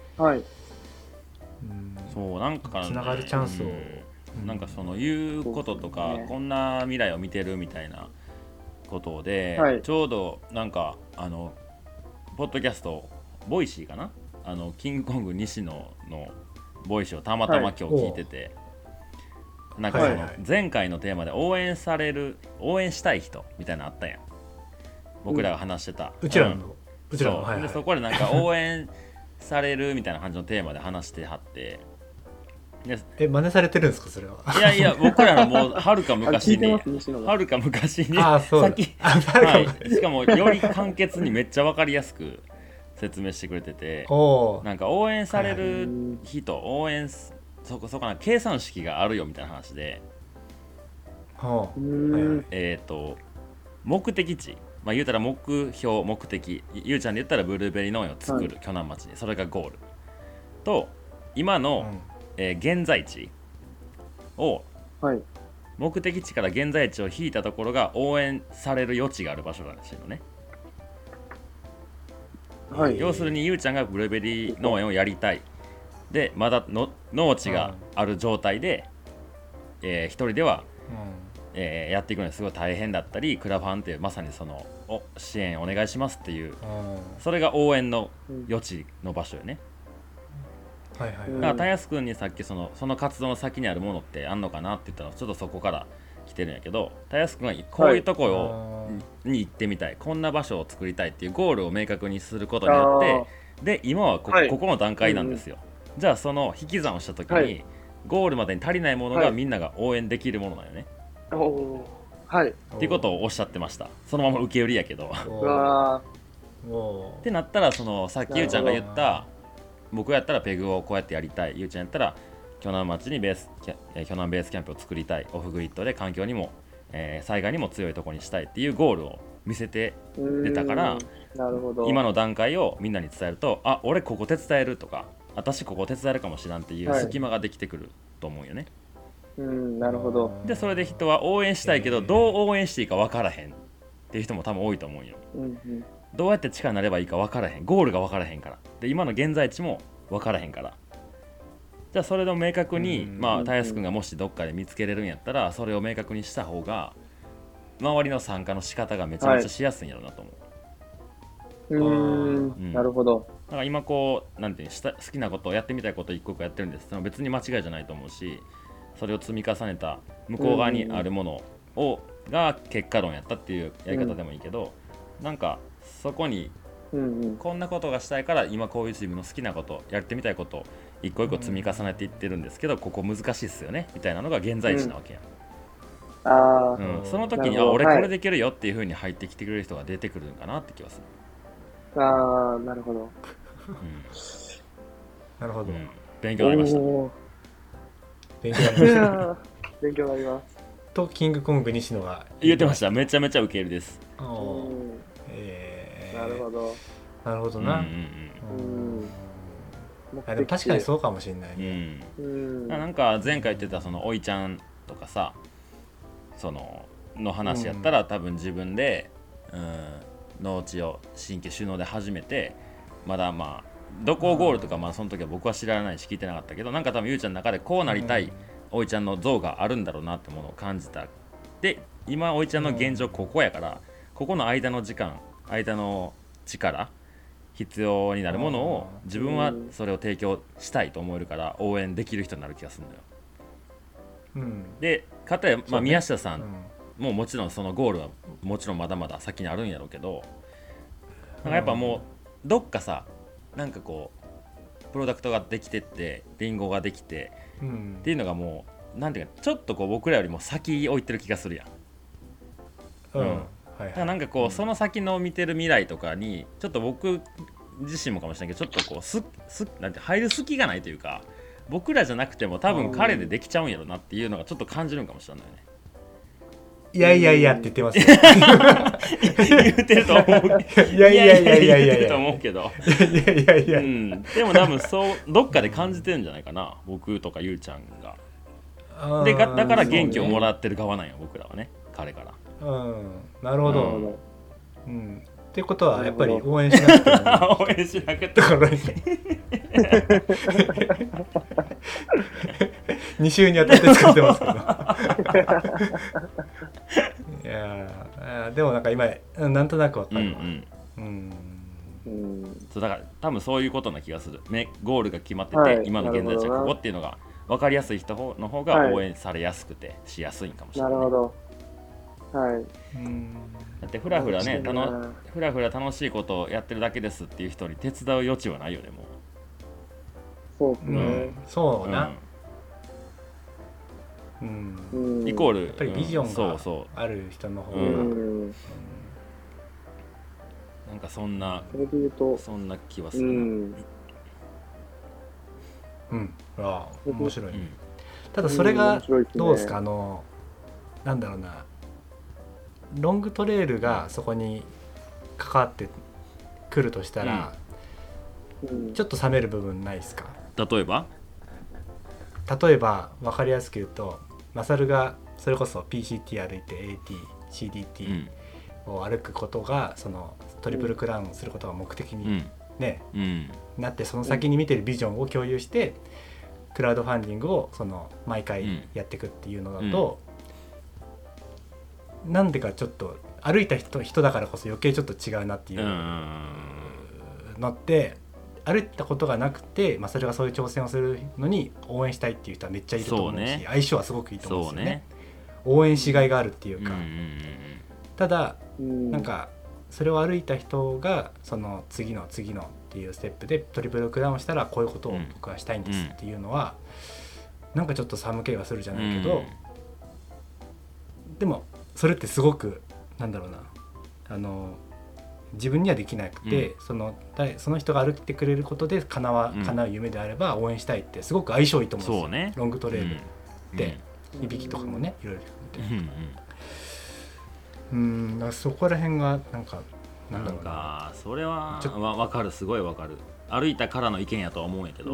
そうなんかつながるチャンスを、 なんかその言うこととか、こんな未来を見てるみたいなことで、ちょうどなんかポッドキャストボイシーかな、キングコング西野のボイシーをたまたま今日聞いてて、なんかその前回のテーマで応援したい人みたいなのあったやん、僕らが話してた、 うちらうちらも、はいはい、 でそこでなんか応援されるみたいな感じのテーマで話してはって真似されてるんですかそれは。 いやいや僕らのもうはるか昔に先はい、しかもより簡潔にめっちゃ分かりやすく説明してくれててなんか応援される人、応援そこな計算式があるよみたいな話で、目的地、まあ言うたら目標目的、ゆうちゃんで言ったらブルーベリー農園を作る、鋸南町にそれがゴールと今の、現在地を、目的地から現在地を引いたところが応援される余地がある場所なんですよね。要するにゆうちゃんがブルーベリー農園をやりたいでまだの農地がある状態で、一人では、やっていくのにすごい大変だったりクラファンっていうまさにその支援お願いしますっていうそれが応援の余地の場所よね。だからたやすくんにさっきその活動の先にあるものってあんのかなって言ったらちょっとそこから来てるんやけど、たやすくんはこういうところに行ってみたい、こんな場所を作りたいっていうゴールを明確にすることによってで今はここの段階なんですよ、じゃあその引き算をした時に、ゴールまでに足りないものがみんなが応援できるものなんよね、っていうことをおっしゃってました。そのまま受け売りやけどってなったらそのさっきゆうちゃんが言った僕やったらペグをこうやってやりたい、ゆうちゃんやったら鋸南町に鋸南ベースキャンプを作りたい、オフグリッドで環境にも、災害にも強いところにしたいっていうゴールを見せて出たから、 なるほど、 今の段階をみんなに伝えるとあ俺ここ手伝えるとか私ここ手伝えるかもしらんっていう隙間ができてくると思うよね、 なるほど。 でそれで人は応援したいけどどう応援していいか分からへんっていう人も多分多いと思うよ、どうやって力になればいいか分からへん、ゴールが分からへんからで今の現在地も分からへんから、じゃあそれを明確にたやすくんがもしどっかで見つけれるんやったらそれを明確にした方が周りの参加の仕方がめちゃめちゃしやすいんやろうなと思う。 なるほど。 だから今こうなんていう好きなことをやってみたいことを一個一個やってるんです。その別に間違いじゃないと思うし、それを積み重ねた向こう側にあるものが結果論やったっていうやり方でもいいけど、なんかそこにこんなことがしたいから今こういう自分の好きなことやってみたいことを一個一個積み重ねていってるんですけど、ここ難しいっすよねみたいなのが現在地なわけや、その時に俺これできるよっていう風に入ってきてくれる人が出てくるのかなって気がする。 なるほど、 なるほど、 勉強になりました。 勉強になりました勉強になります。 とキングコング西野が言ってました。めちゃめちゃ受け入れです。 なるほど。 なるほどな。でも確かにそうかもしれないね。 なんか前回言ってたそのおいちゃんとかさ、その話やったら多分自分で農地を新規収納で始めて、まだまあどこをゴールとかまあその時は僕は知らないし聞いてなかったけど、なんか多分ゆうちゃんの中でこうなりたいおいちゃんの像があるんだろうなってものを感じた。で今おいちゃんの現状ここやから、ここの間の時間間の力必要になるものを自分はそれを提供したいと思えるから応援できる人になる気がするんだよ。でかたや、宮下さんももちろんそのゴールはもちろんまだまだ先にあるんやろうけど、なんかやっぱもうどっかさ、なんかこうプロダクトができてってリンゴができて、っていうのがもうなんていうかちょっとこう僕らよりも先置いてる気がするやん。なんかこうその先の見てる未来とかにちょっと僕自身もかもしれないけどちょっとこうなんて入る隙がないというか、僕らじゃなくても多分彼でできちゃうんやろなっていうのがちょっと感じるんかもしれないね。 いやいやいやって言ってますよ言ってると思う。 いやいやいやいやいや言ってると思うけど、 いやいやいや、 でも多分そうどっかで感じてるんじゃないかな、僕とかゆうちゃんが。でだから元気をもらってる側なんよ、僕らはね、彼から。 なるほど。ってことはやっぱり応援しなくても応援しなくても 2週にわたって作ってますけどいやでもなんか今なんとなくわかるわ。 そうだから多分そういうことな気がする。ゴールが決まってて、今の現在地はここっていうのが分かりやすい人の方が応援されやすくてしやすいんかもしれない。 なるほど。 はい。 だってふらふらね、ふらふら楽しいことをやってるだけですっていう人に手伝う余地はないよね、もう。 そうですね。 そうな。 イコールやっぱりビジョンがある人の方が、 なんかそんな気はするな。面白い。ただそれがどうですか、なんだろうな、ロングトレイルがそこに関わってくるとしたら、ちょっと冷める部分ないですか？ 例えば分かりやすく言うと、マサルがそれこそ PCT 歩いて AT、CDT を歩くことが、そのトリプルクラウンをすることが目的に、なって、その先に見てるビジョンを共有してクラウドファンディングをその毎回やっていくっていうのだと、なんでかちょっと歩いた人だからこそ余計ちょっと違うなっていうのって、歩いたことがなくて、それがそういう挑戦をするのに応援したいっていう人はめっちゃいると思うし、相性はすごくいいと思うんですよね。応援しがいがあるっていうか、ただなんかそれを歩いた人がその次のっていうステップでトリプルクラウンしたらこういうことを僕はしたいんですっていうのは、なんかちょっと寒気がするじゃないけど、でもそれってすごくなんだろうな、自分にはできなくて、その人が歩いてくれることで叶う夢であれば応援したいってすごく相性いいと思うんですよ、ロングトレイルって、いびきとかもね、いろいろ見て、そこら辺がなんかなんかそれは分かる、すごい分かる。歩いたからの意見やとは思うんやけど、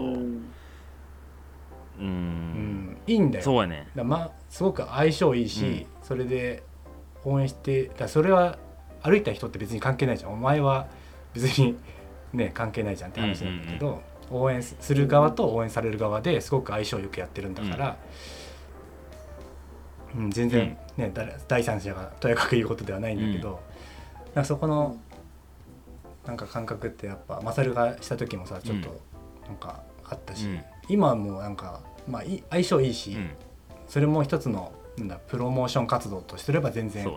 いいんだよ。 そうやね。 すごく相性いいし、それで応援してそれは歩いた人って別に関係ないじゃん。お前は別にね関係ないじゃんって話なんだけど、応援する側と応援される側ですごく相性よくやってるんだから、全然ね、第三者がとやかく言うことではないんだけど、なんかそこのなんか感覚ってやっぱマサルがした時もさちょっとなんかあったし、今もなんか相性いいし、それも一つのプロモーション活動とすれば全然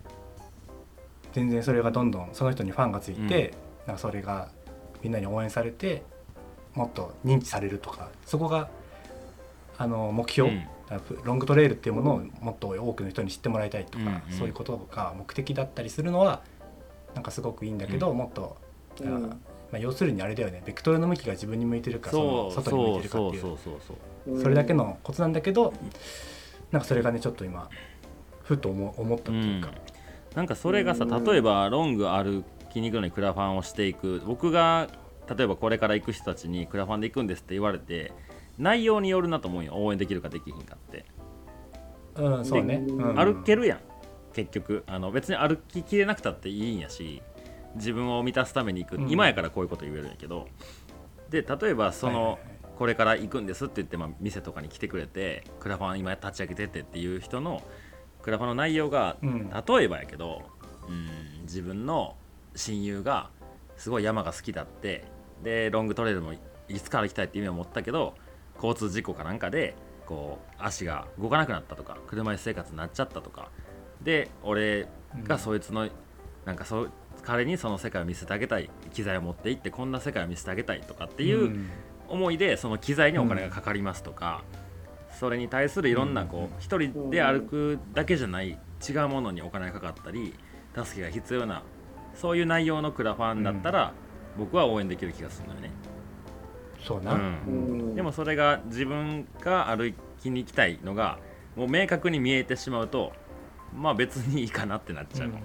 それがどんどんその人にファンがついて、なんかそれがみんなに応援されてもっと認知されるとか、そこが目標、ロングトレイルっていうものをもっと多くの人に知ってもらいたいとか、そういうことが目的だったりするのはなんかすごくいいんだけど、もっと要するにあれだよね、ベクトルの向きが自分に向いてるか外に向いてるかっていう、それだけのコツなんだけど、なんかそれがねちょっと今ふと思ったっていうか、 なんかそれがさ、例えばロング歩きに行くのにクラファンをしていく、僕が例えばこれから行く人たちにクラファンで行くんですって言われて、内容によるなと思うよ、応援できるかできひんかって。 そうね、 歩けるやん結局。別に歩ききれなくたっていいんやし、自分を満たすために行く、今やからこういうこと言えるんやけど、で例えばこれから行くんですって言って、店とかに来てくれてクラファン今立ち上げてってっていう人のクラファンの内容が、例えばやけど、自分の親友がすごい山が好きだって、でロングトレイルもいつから行きたいって夢を持ったけど、交通事故かなんかでこう足が動かなくなったとか、車椅子生活になっちゃったとかで、俺がそいつのなんか彼にその世界を見せてあげたい、機材を持って行ってこんな世界を見せてあげたいとかっていう思いで、その機材にお金がかかりますとか、それに対するいろんな一人で歩くだけじゃない違うものにお金がかかったり助けが必要な、そういう内容のクラファンだったら、僕は応援できる気がするのよね。 そうな、 でもそれが自分が歩きに行きたいのがもう明確に見えてしまうと、別にいいかなってなっちゃう。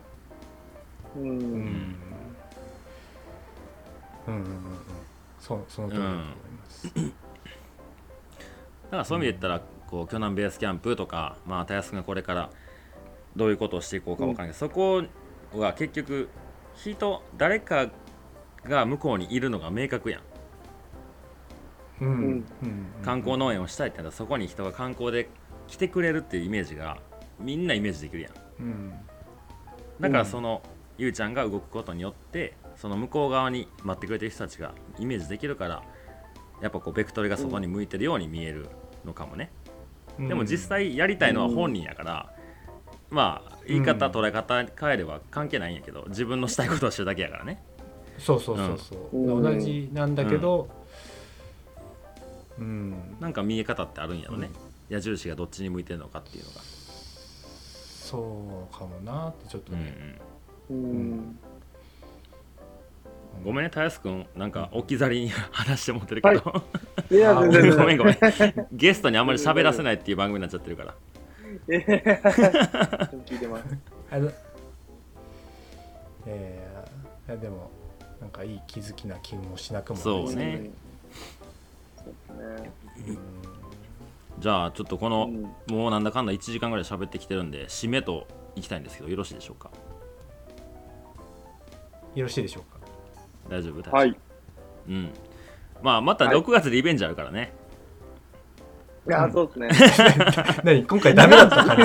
その通りだと思います。 だからそういう意味で言ったら、巨南ベースキャンプとか、たやすくがこれからどういうことをしていこうか分からないけど、そこは結局誰かが向こうにいるのが明確やん。観光農園をしたいってなったら、そこに人が観光で来てくれるっていうイメージがみんなイメージできるやん。だからゆうちゃんが動くことによって、その向こう側に待ってくれてる人たちがイメージできるから、やっぱベクトルがそこに向いてるように見えるのかもね。でも実際やりたいのは本人やから、 まあ言い方、捉え方変えれば関係ないんやけど、自分のしたいことをしてるだけやからね。 そう、同じなんだけど、 なんか見え方ってあるんやろね、矢印がどっちに向いてるのかっていうのが。 そうかもなってちょっとね、 ごめんね、たやすくん、なんか置き去りに話してもってるけど、 はい、いや全然ごめんゲストにあんまり喋らせないっていう番組になっちゃってるから。 聞いてます。 でもなんかいい気づきな気もしなくもない。 そうね。じゃあちょっとこの、もうなんだかんだ1時間ぐらい喋ってきてるんで、締めといきたいんですけど、よろしいでしょうか。 よろしいでしょうか。 大丈夫。 はい。 まあまた6月リベンジあるからね。 いや、そうですね。 何今回ダメだった感じ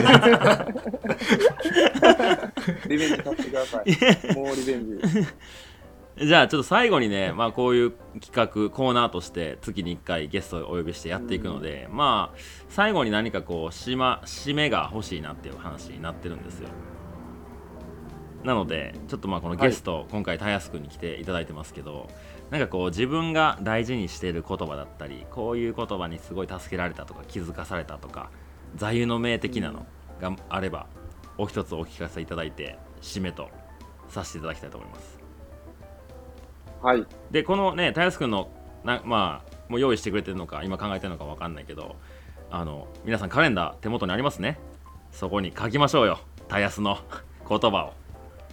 リベンジさせてください。もうリベンジ。じゃあちょっと最後にね、まあこういう企画コーナーとして月に1回ゲストをお呼びしてやっていくので、まあ最後に何かこう締めが欲しいなっていう話になってるんですよ。なのでちょっとまあこのゲスト、今回たやすくんに来ていただいてますけど、なんかこう自分が大事にしている言葉だったり、こういう言葉にすごい助けられたとか気づかされたとか座右の銘的なのがあれば、お一つお聞かせいただいて締めとさせていただきたいと思います。 はい。 でこのね、たやすくんのまあもう用意してくれてるのか今考えてるのか分かんないけど、皆さんカレンダー手元にありますね。そこに書きましょうよ、たやすの言葉を。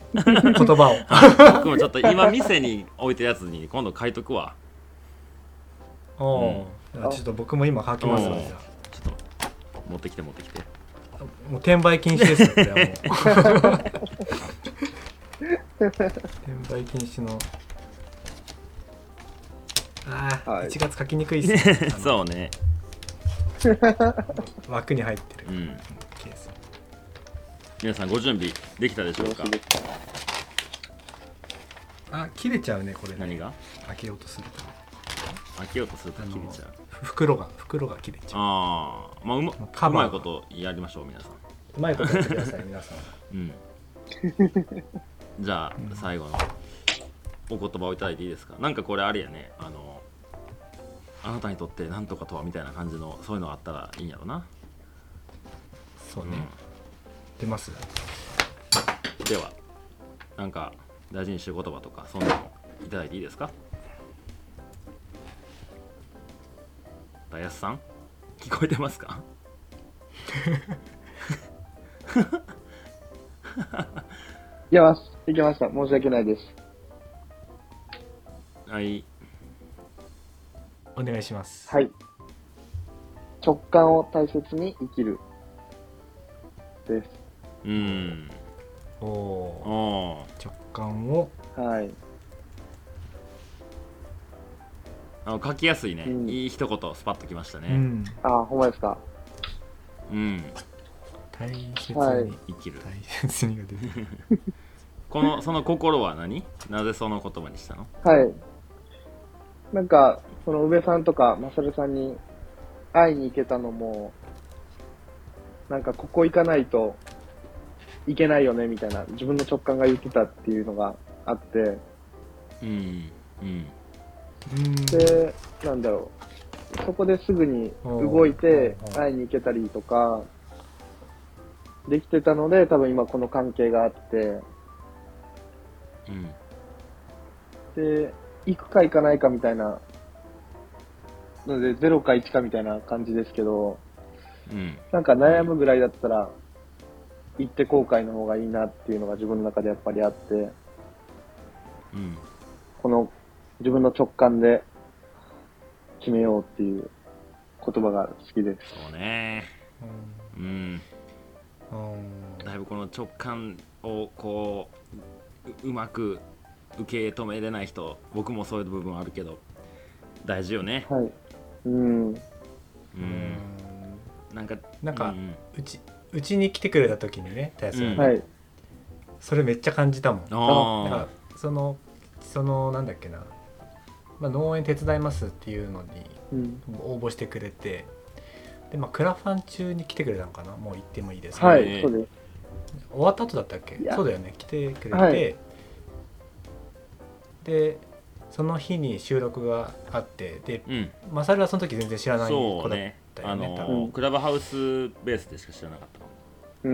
僕もちょっと今店に置いてるやつに今度書いとくわ。 ちょっと僕も今書きますので、 ちょっと持ってきて。 もう転売禁止ですよ、これはもう。転売禁止の。1月書きにくいっすね。 そうね。 枠に入ってるケース。 皆さんご準備できたでしょうか。 切れちゃうね、これね。 何が開けようとすると切れちゃう。 袋が切れちゃう。 まあうまいことやりましょう、皆さん。 うまいことやってください、皆さん。 じゃあ最後のお言葉をいただいていいですか。なんかこれあれやね、あなたにとってなんとかとはみたいな感じの、そういうのがあったらいいんやろな。 そうね、出ます。 ではなんか大事にしてる言葉とかそんなのいただいていいですか。たやすさん聞こえてますか。 いけました。申し訳ないです。 はい、 お願いします。 はい。直感を大切に生きるです。 直感を。 はい。 書きやすいね、いい一言スパッときましたね。 ほんまですか。 大切に生きる。 大切にが出てる。 その心は何？なぜその言葉にしたの？ はい。なんかその宇部さんとかまさるさんに会いに行けたのも、なんかここ行かないといけないよねみたいな自分の直感が言ってたっていうのがあって、で、なんだろう、そこですぐに動いて会いに行けたりとかできてたので、多分今この関係があって、で行くか行かないかみたいなので0か1かみたいな感じですけど、なんか悩むぐらいだったら行って後悔の方がいいなっていうのが自分の中でやっぱりあって、この自分の直感で決めようっていう言葉が好きです。 そうね。だいぶこの直感をこううまく受け止めれない人、僕もそういう部分あるけど大事よね。 はい。 なんか、うちに来てくれた時にね、たやすがね、 はい、 それめっちゃ感じたもん。なんかそのなんだっけな、農園手伝いますっていうのに応募してくれて、でクラファン中に来てくれたのかな。もう行ってもいいですか。 はい、そうです。 終わった後だったっけ？そうだよね、来てくれて、 はい、 でその日に収録があって、で、マサルはその時全然知らない子だったよね。 クラブハウスベースでしか知らなかったかも。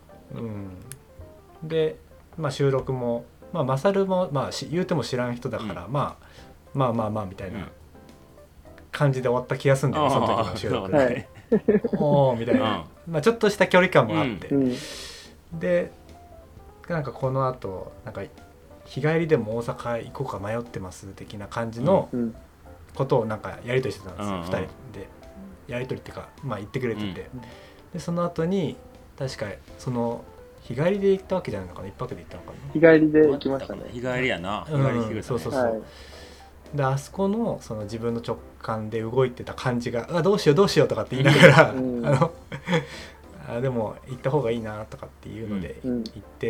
で、収録も、マサルも、言うても知らん人だから、まあみたいな感じで終わった気がするんだよね、その時の収録で。おーみたいな、ちょっとした距離感もあって、でなんかこのあとなんか日帰りでも大阪行こうか迷ってます的な感じのことをなんかやり取りしてたんですよ、2人でやり取りっていうか、言ってくれてて、でその後に確かその日帰りで行ったわけじゃないのかな、1泊で行ったのかな。日帰りで行きましたね。 日帰りやな。 そうそうそう。であそこのその自分の直感で動いてた感じがどうしようどうしようとかって言いながらでも行った方がいいなとかっていうので行って、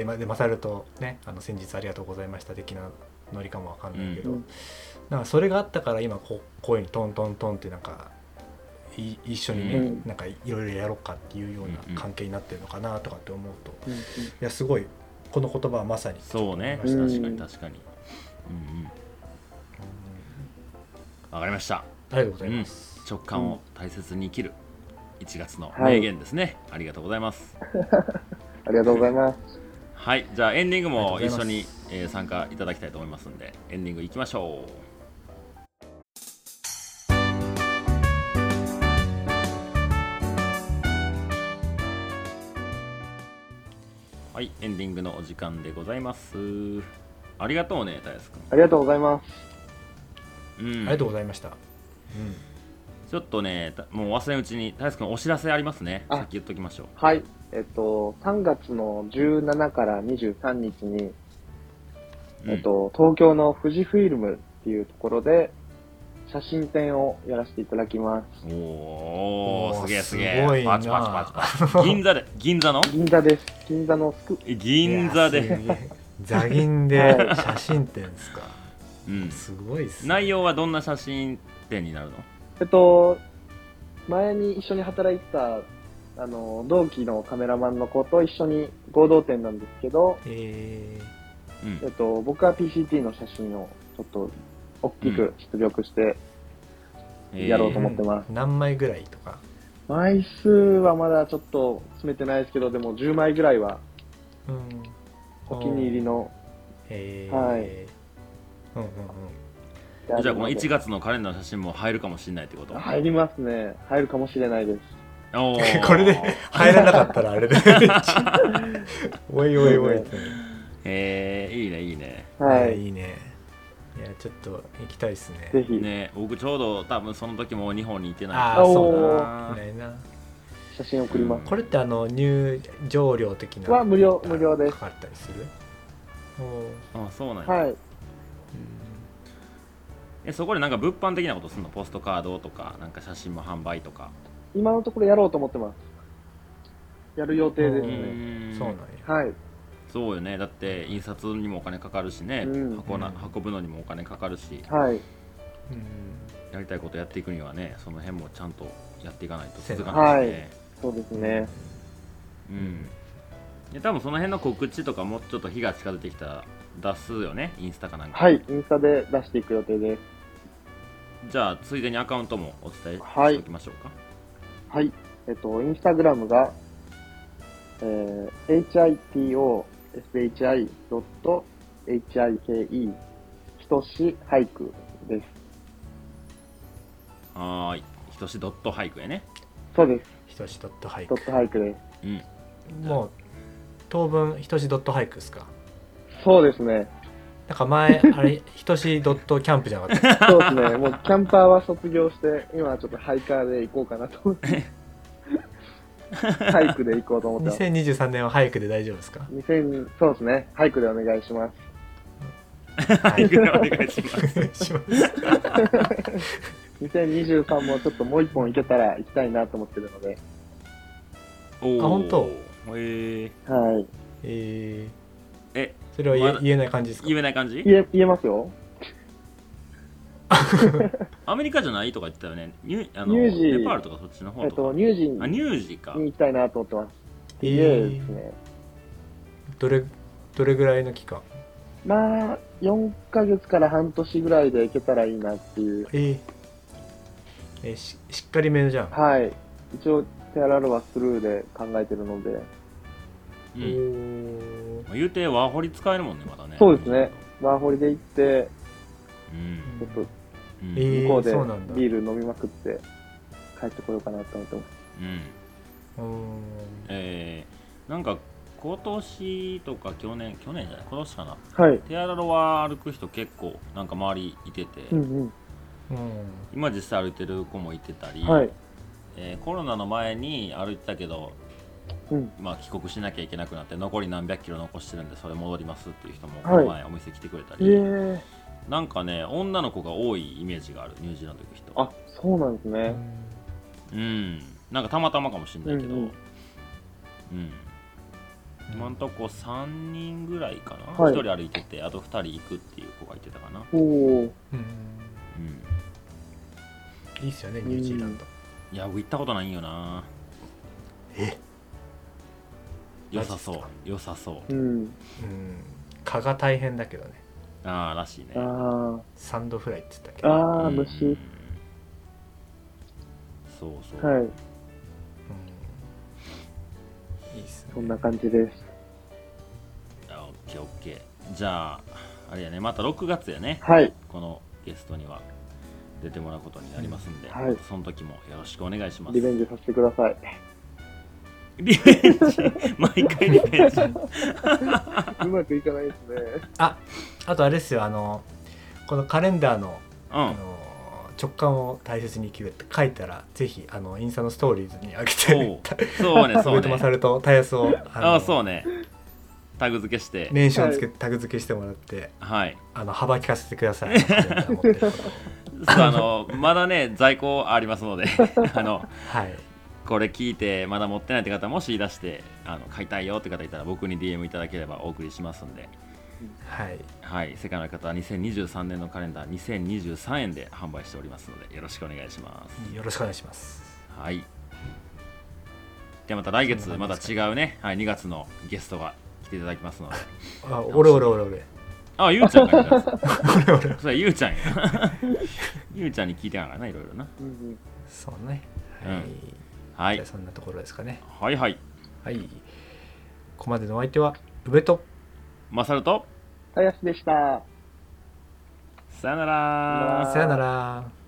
でマサルとね先日ありがとうございました的なノリかもわかんないけど、なんかそれがあったから今こういう風にトントントンってなんか一緒にね、なんかいろいろやろうかっていうような関係になってるのかなとかって思うと、いやすごいこの言葉はまさにそうね、確かに確かに。わかりました。 ありがとうございます。 直感を大切に生きる1月の名言ですね。ありがとうございます。 ありがとうございます。 はい、じゃあエンディングも一緒に参加いただきたいと思いますので、エンディングいきましょう。はい、エンディングのお時間でございます。ありがとうね、たやすくん。 ありがとうございます。 ありがとうございました。 ちょっとね、もう忘れんうちにたやすくんお知らせありますね。さっき言っときましょう。 はい、3月の17から23日に、東京の富士フイルムっていうところで写真展をやらせていただきます。 おー、すげえすげえ。パチパチパチパチ。銀座で、銀座の？ 銀座です。銀座の銀座で。 座銀で写真展ですか。すごいっすね。 内容はどんな写真展になるの？ 前に一緒に働いてた同期のカメラマンの子と一緒に合同展なんですけど、僕は PCT の写真をちょっと大きく出力してやろうと思ってます。 何枚ぐらいとか？ 枚数はまだちょっと詰めてないですけど、でも10枚ぐらいはお気に入りの。はい。 じゃあこの1月のカレンダーの写真も入るかもしれないってこと？ 入りますね。入るかもしれないです。 これで入らなかったらあれでおいおいおいって。 いいねいいね。 はい、 いいね。いやちょっと行きたいですね。 ぜひね。僕ちょうど多分その時も日本にいてない。 ああそうだ。いないな。 写真送ります。 これって入場料的なは無料です。 かかったりする？ あ、そうなんや。 はい。 そこでなんか物販的なことするの？ポストカードとかなんか写真も販売とか。 今のところやろうと思ってます。やる予定ですね。 そうなんや。はい。 そうよね。だって印刷にもお金かかるしね、運ぶのにもお金かかるし、 はい。 やりたいことやっていくにはね、その辺もちゃんとやっていかないと続かないですね。はい、 そうですね。 で多分その辺の告知とかもちょっと日が近づいてきたら出すよね、インスタかなんか。 はい、インスタで出していく予定です。 じゃあついでにアカウントもお伝えしておきましょうか。 はい、インスタグラムが、hitoshi.hike ひとし俳句です。 はい、ひとしドット俳句やね。 そうです。 ひとしドット俳句。 ドット俳句です。 もう当分ひとしドット俳句ですか？ そうですね。 なんか前あれひとしドットキャンプじゃなかった？ そうですね。もうキャンパーは卒業して今はちょっとハイカーで行こうかなと思って。俳句で行こうと思ってます。 2023年は俳句で大丈夫ですか？ そうですね。俳句でお願いします。 俳句でお願いします。 2023もちょっともう一本いけたら行きたいなと思ってるので。 本当？ はい。 それは言えない感じですか？ 言えない感じ？ 言えますよ。 アメリカじゃないとか言ってたよね。 ニュージー、 ネパールとかそっちの方とか。 ニュージーに行きたいなと思ってます。ですね。 どれぐらいの期間？ まあ4ヶ月から半年ぐらいでいけたらいいなっていう。 しっかりめじゃん。 はい。一応テアラロはスルーで考えてるので。 言うてワーホリ使えるもんね、まだね。 そうですね。ワーホリで行って、ちょっと向こうでビール飲みまくって帰ってこようかなと思ってます。 なんか今年とか去年じゃない、今年かな。 はい。 テアラロは歩く人結構なんか周りいてて、今実際歩いてる子もいてたり、 はい。 コロナの前に歩いてたけど、まあ帰国しなきゃいけなくなって残り何百キロ残してるんでそれ戻りますっていう人もこの前お店来てくれたり、なんかね女の子が多いイメージがある、ニュージーランド行く人。 あ、そうなんですね。 なんかたまたまかもしれないけど、今んとこ3人ぐらいかな、1人歩いててあと2人行くっていう子がいてたかな。 いいっすよね、ニュージーランド。 いや、僕行ったことないんよな。良さそう、良さそう。 蚊が大変だけどね。 ああ、らしいね。 サンドフライって言ったっけ。 ああ、虫。 そうそう。 はい。 いいっすね。 そんな感じです。 オッケーオッケー。じゃあ、あれやね、また6月やね。 はい。 このゲストには出てもらうことになりますんで、その時もよろしくお願いします。 リベンジさせてください。 リベンジ毎回リベンジうまくいかないですね。 あとあれですよ、このカレンダーの、直感を大切に生きるって書いたらぜひインスタのストーリーズに上げてそうね上戸勝とタイヤスをそうね、タグ付けして年始をつけてタグ付けしてもらって、幅利かせてください。 まだね在庫ありますのでこれ聞いてまだ持ってないって方もし言い出して買いたいよって方いたら僕に DM いただければお送りしますんで、世界の方は2023年のカレンダー2023円で販売しておりますのでよろしくお願いします。 よろしくお願いします。 はい。でまた来月また違うね、2月のゲストが来ていただきますので。 俺ゆうちゃんがいます。それゆうちゃんやゆうちゃんに聞いてながらな、いろいろな。 そうね。 はい。 じゃあそんなところですかね。 はい。 ここまでのお相手は宇部とマサルと林でした。 さよなら。 さよなら。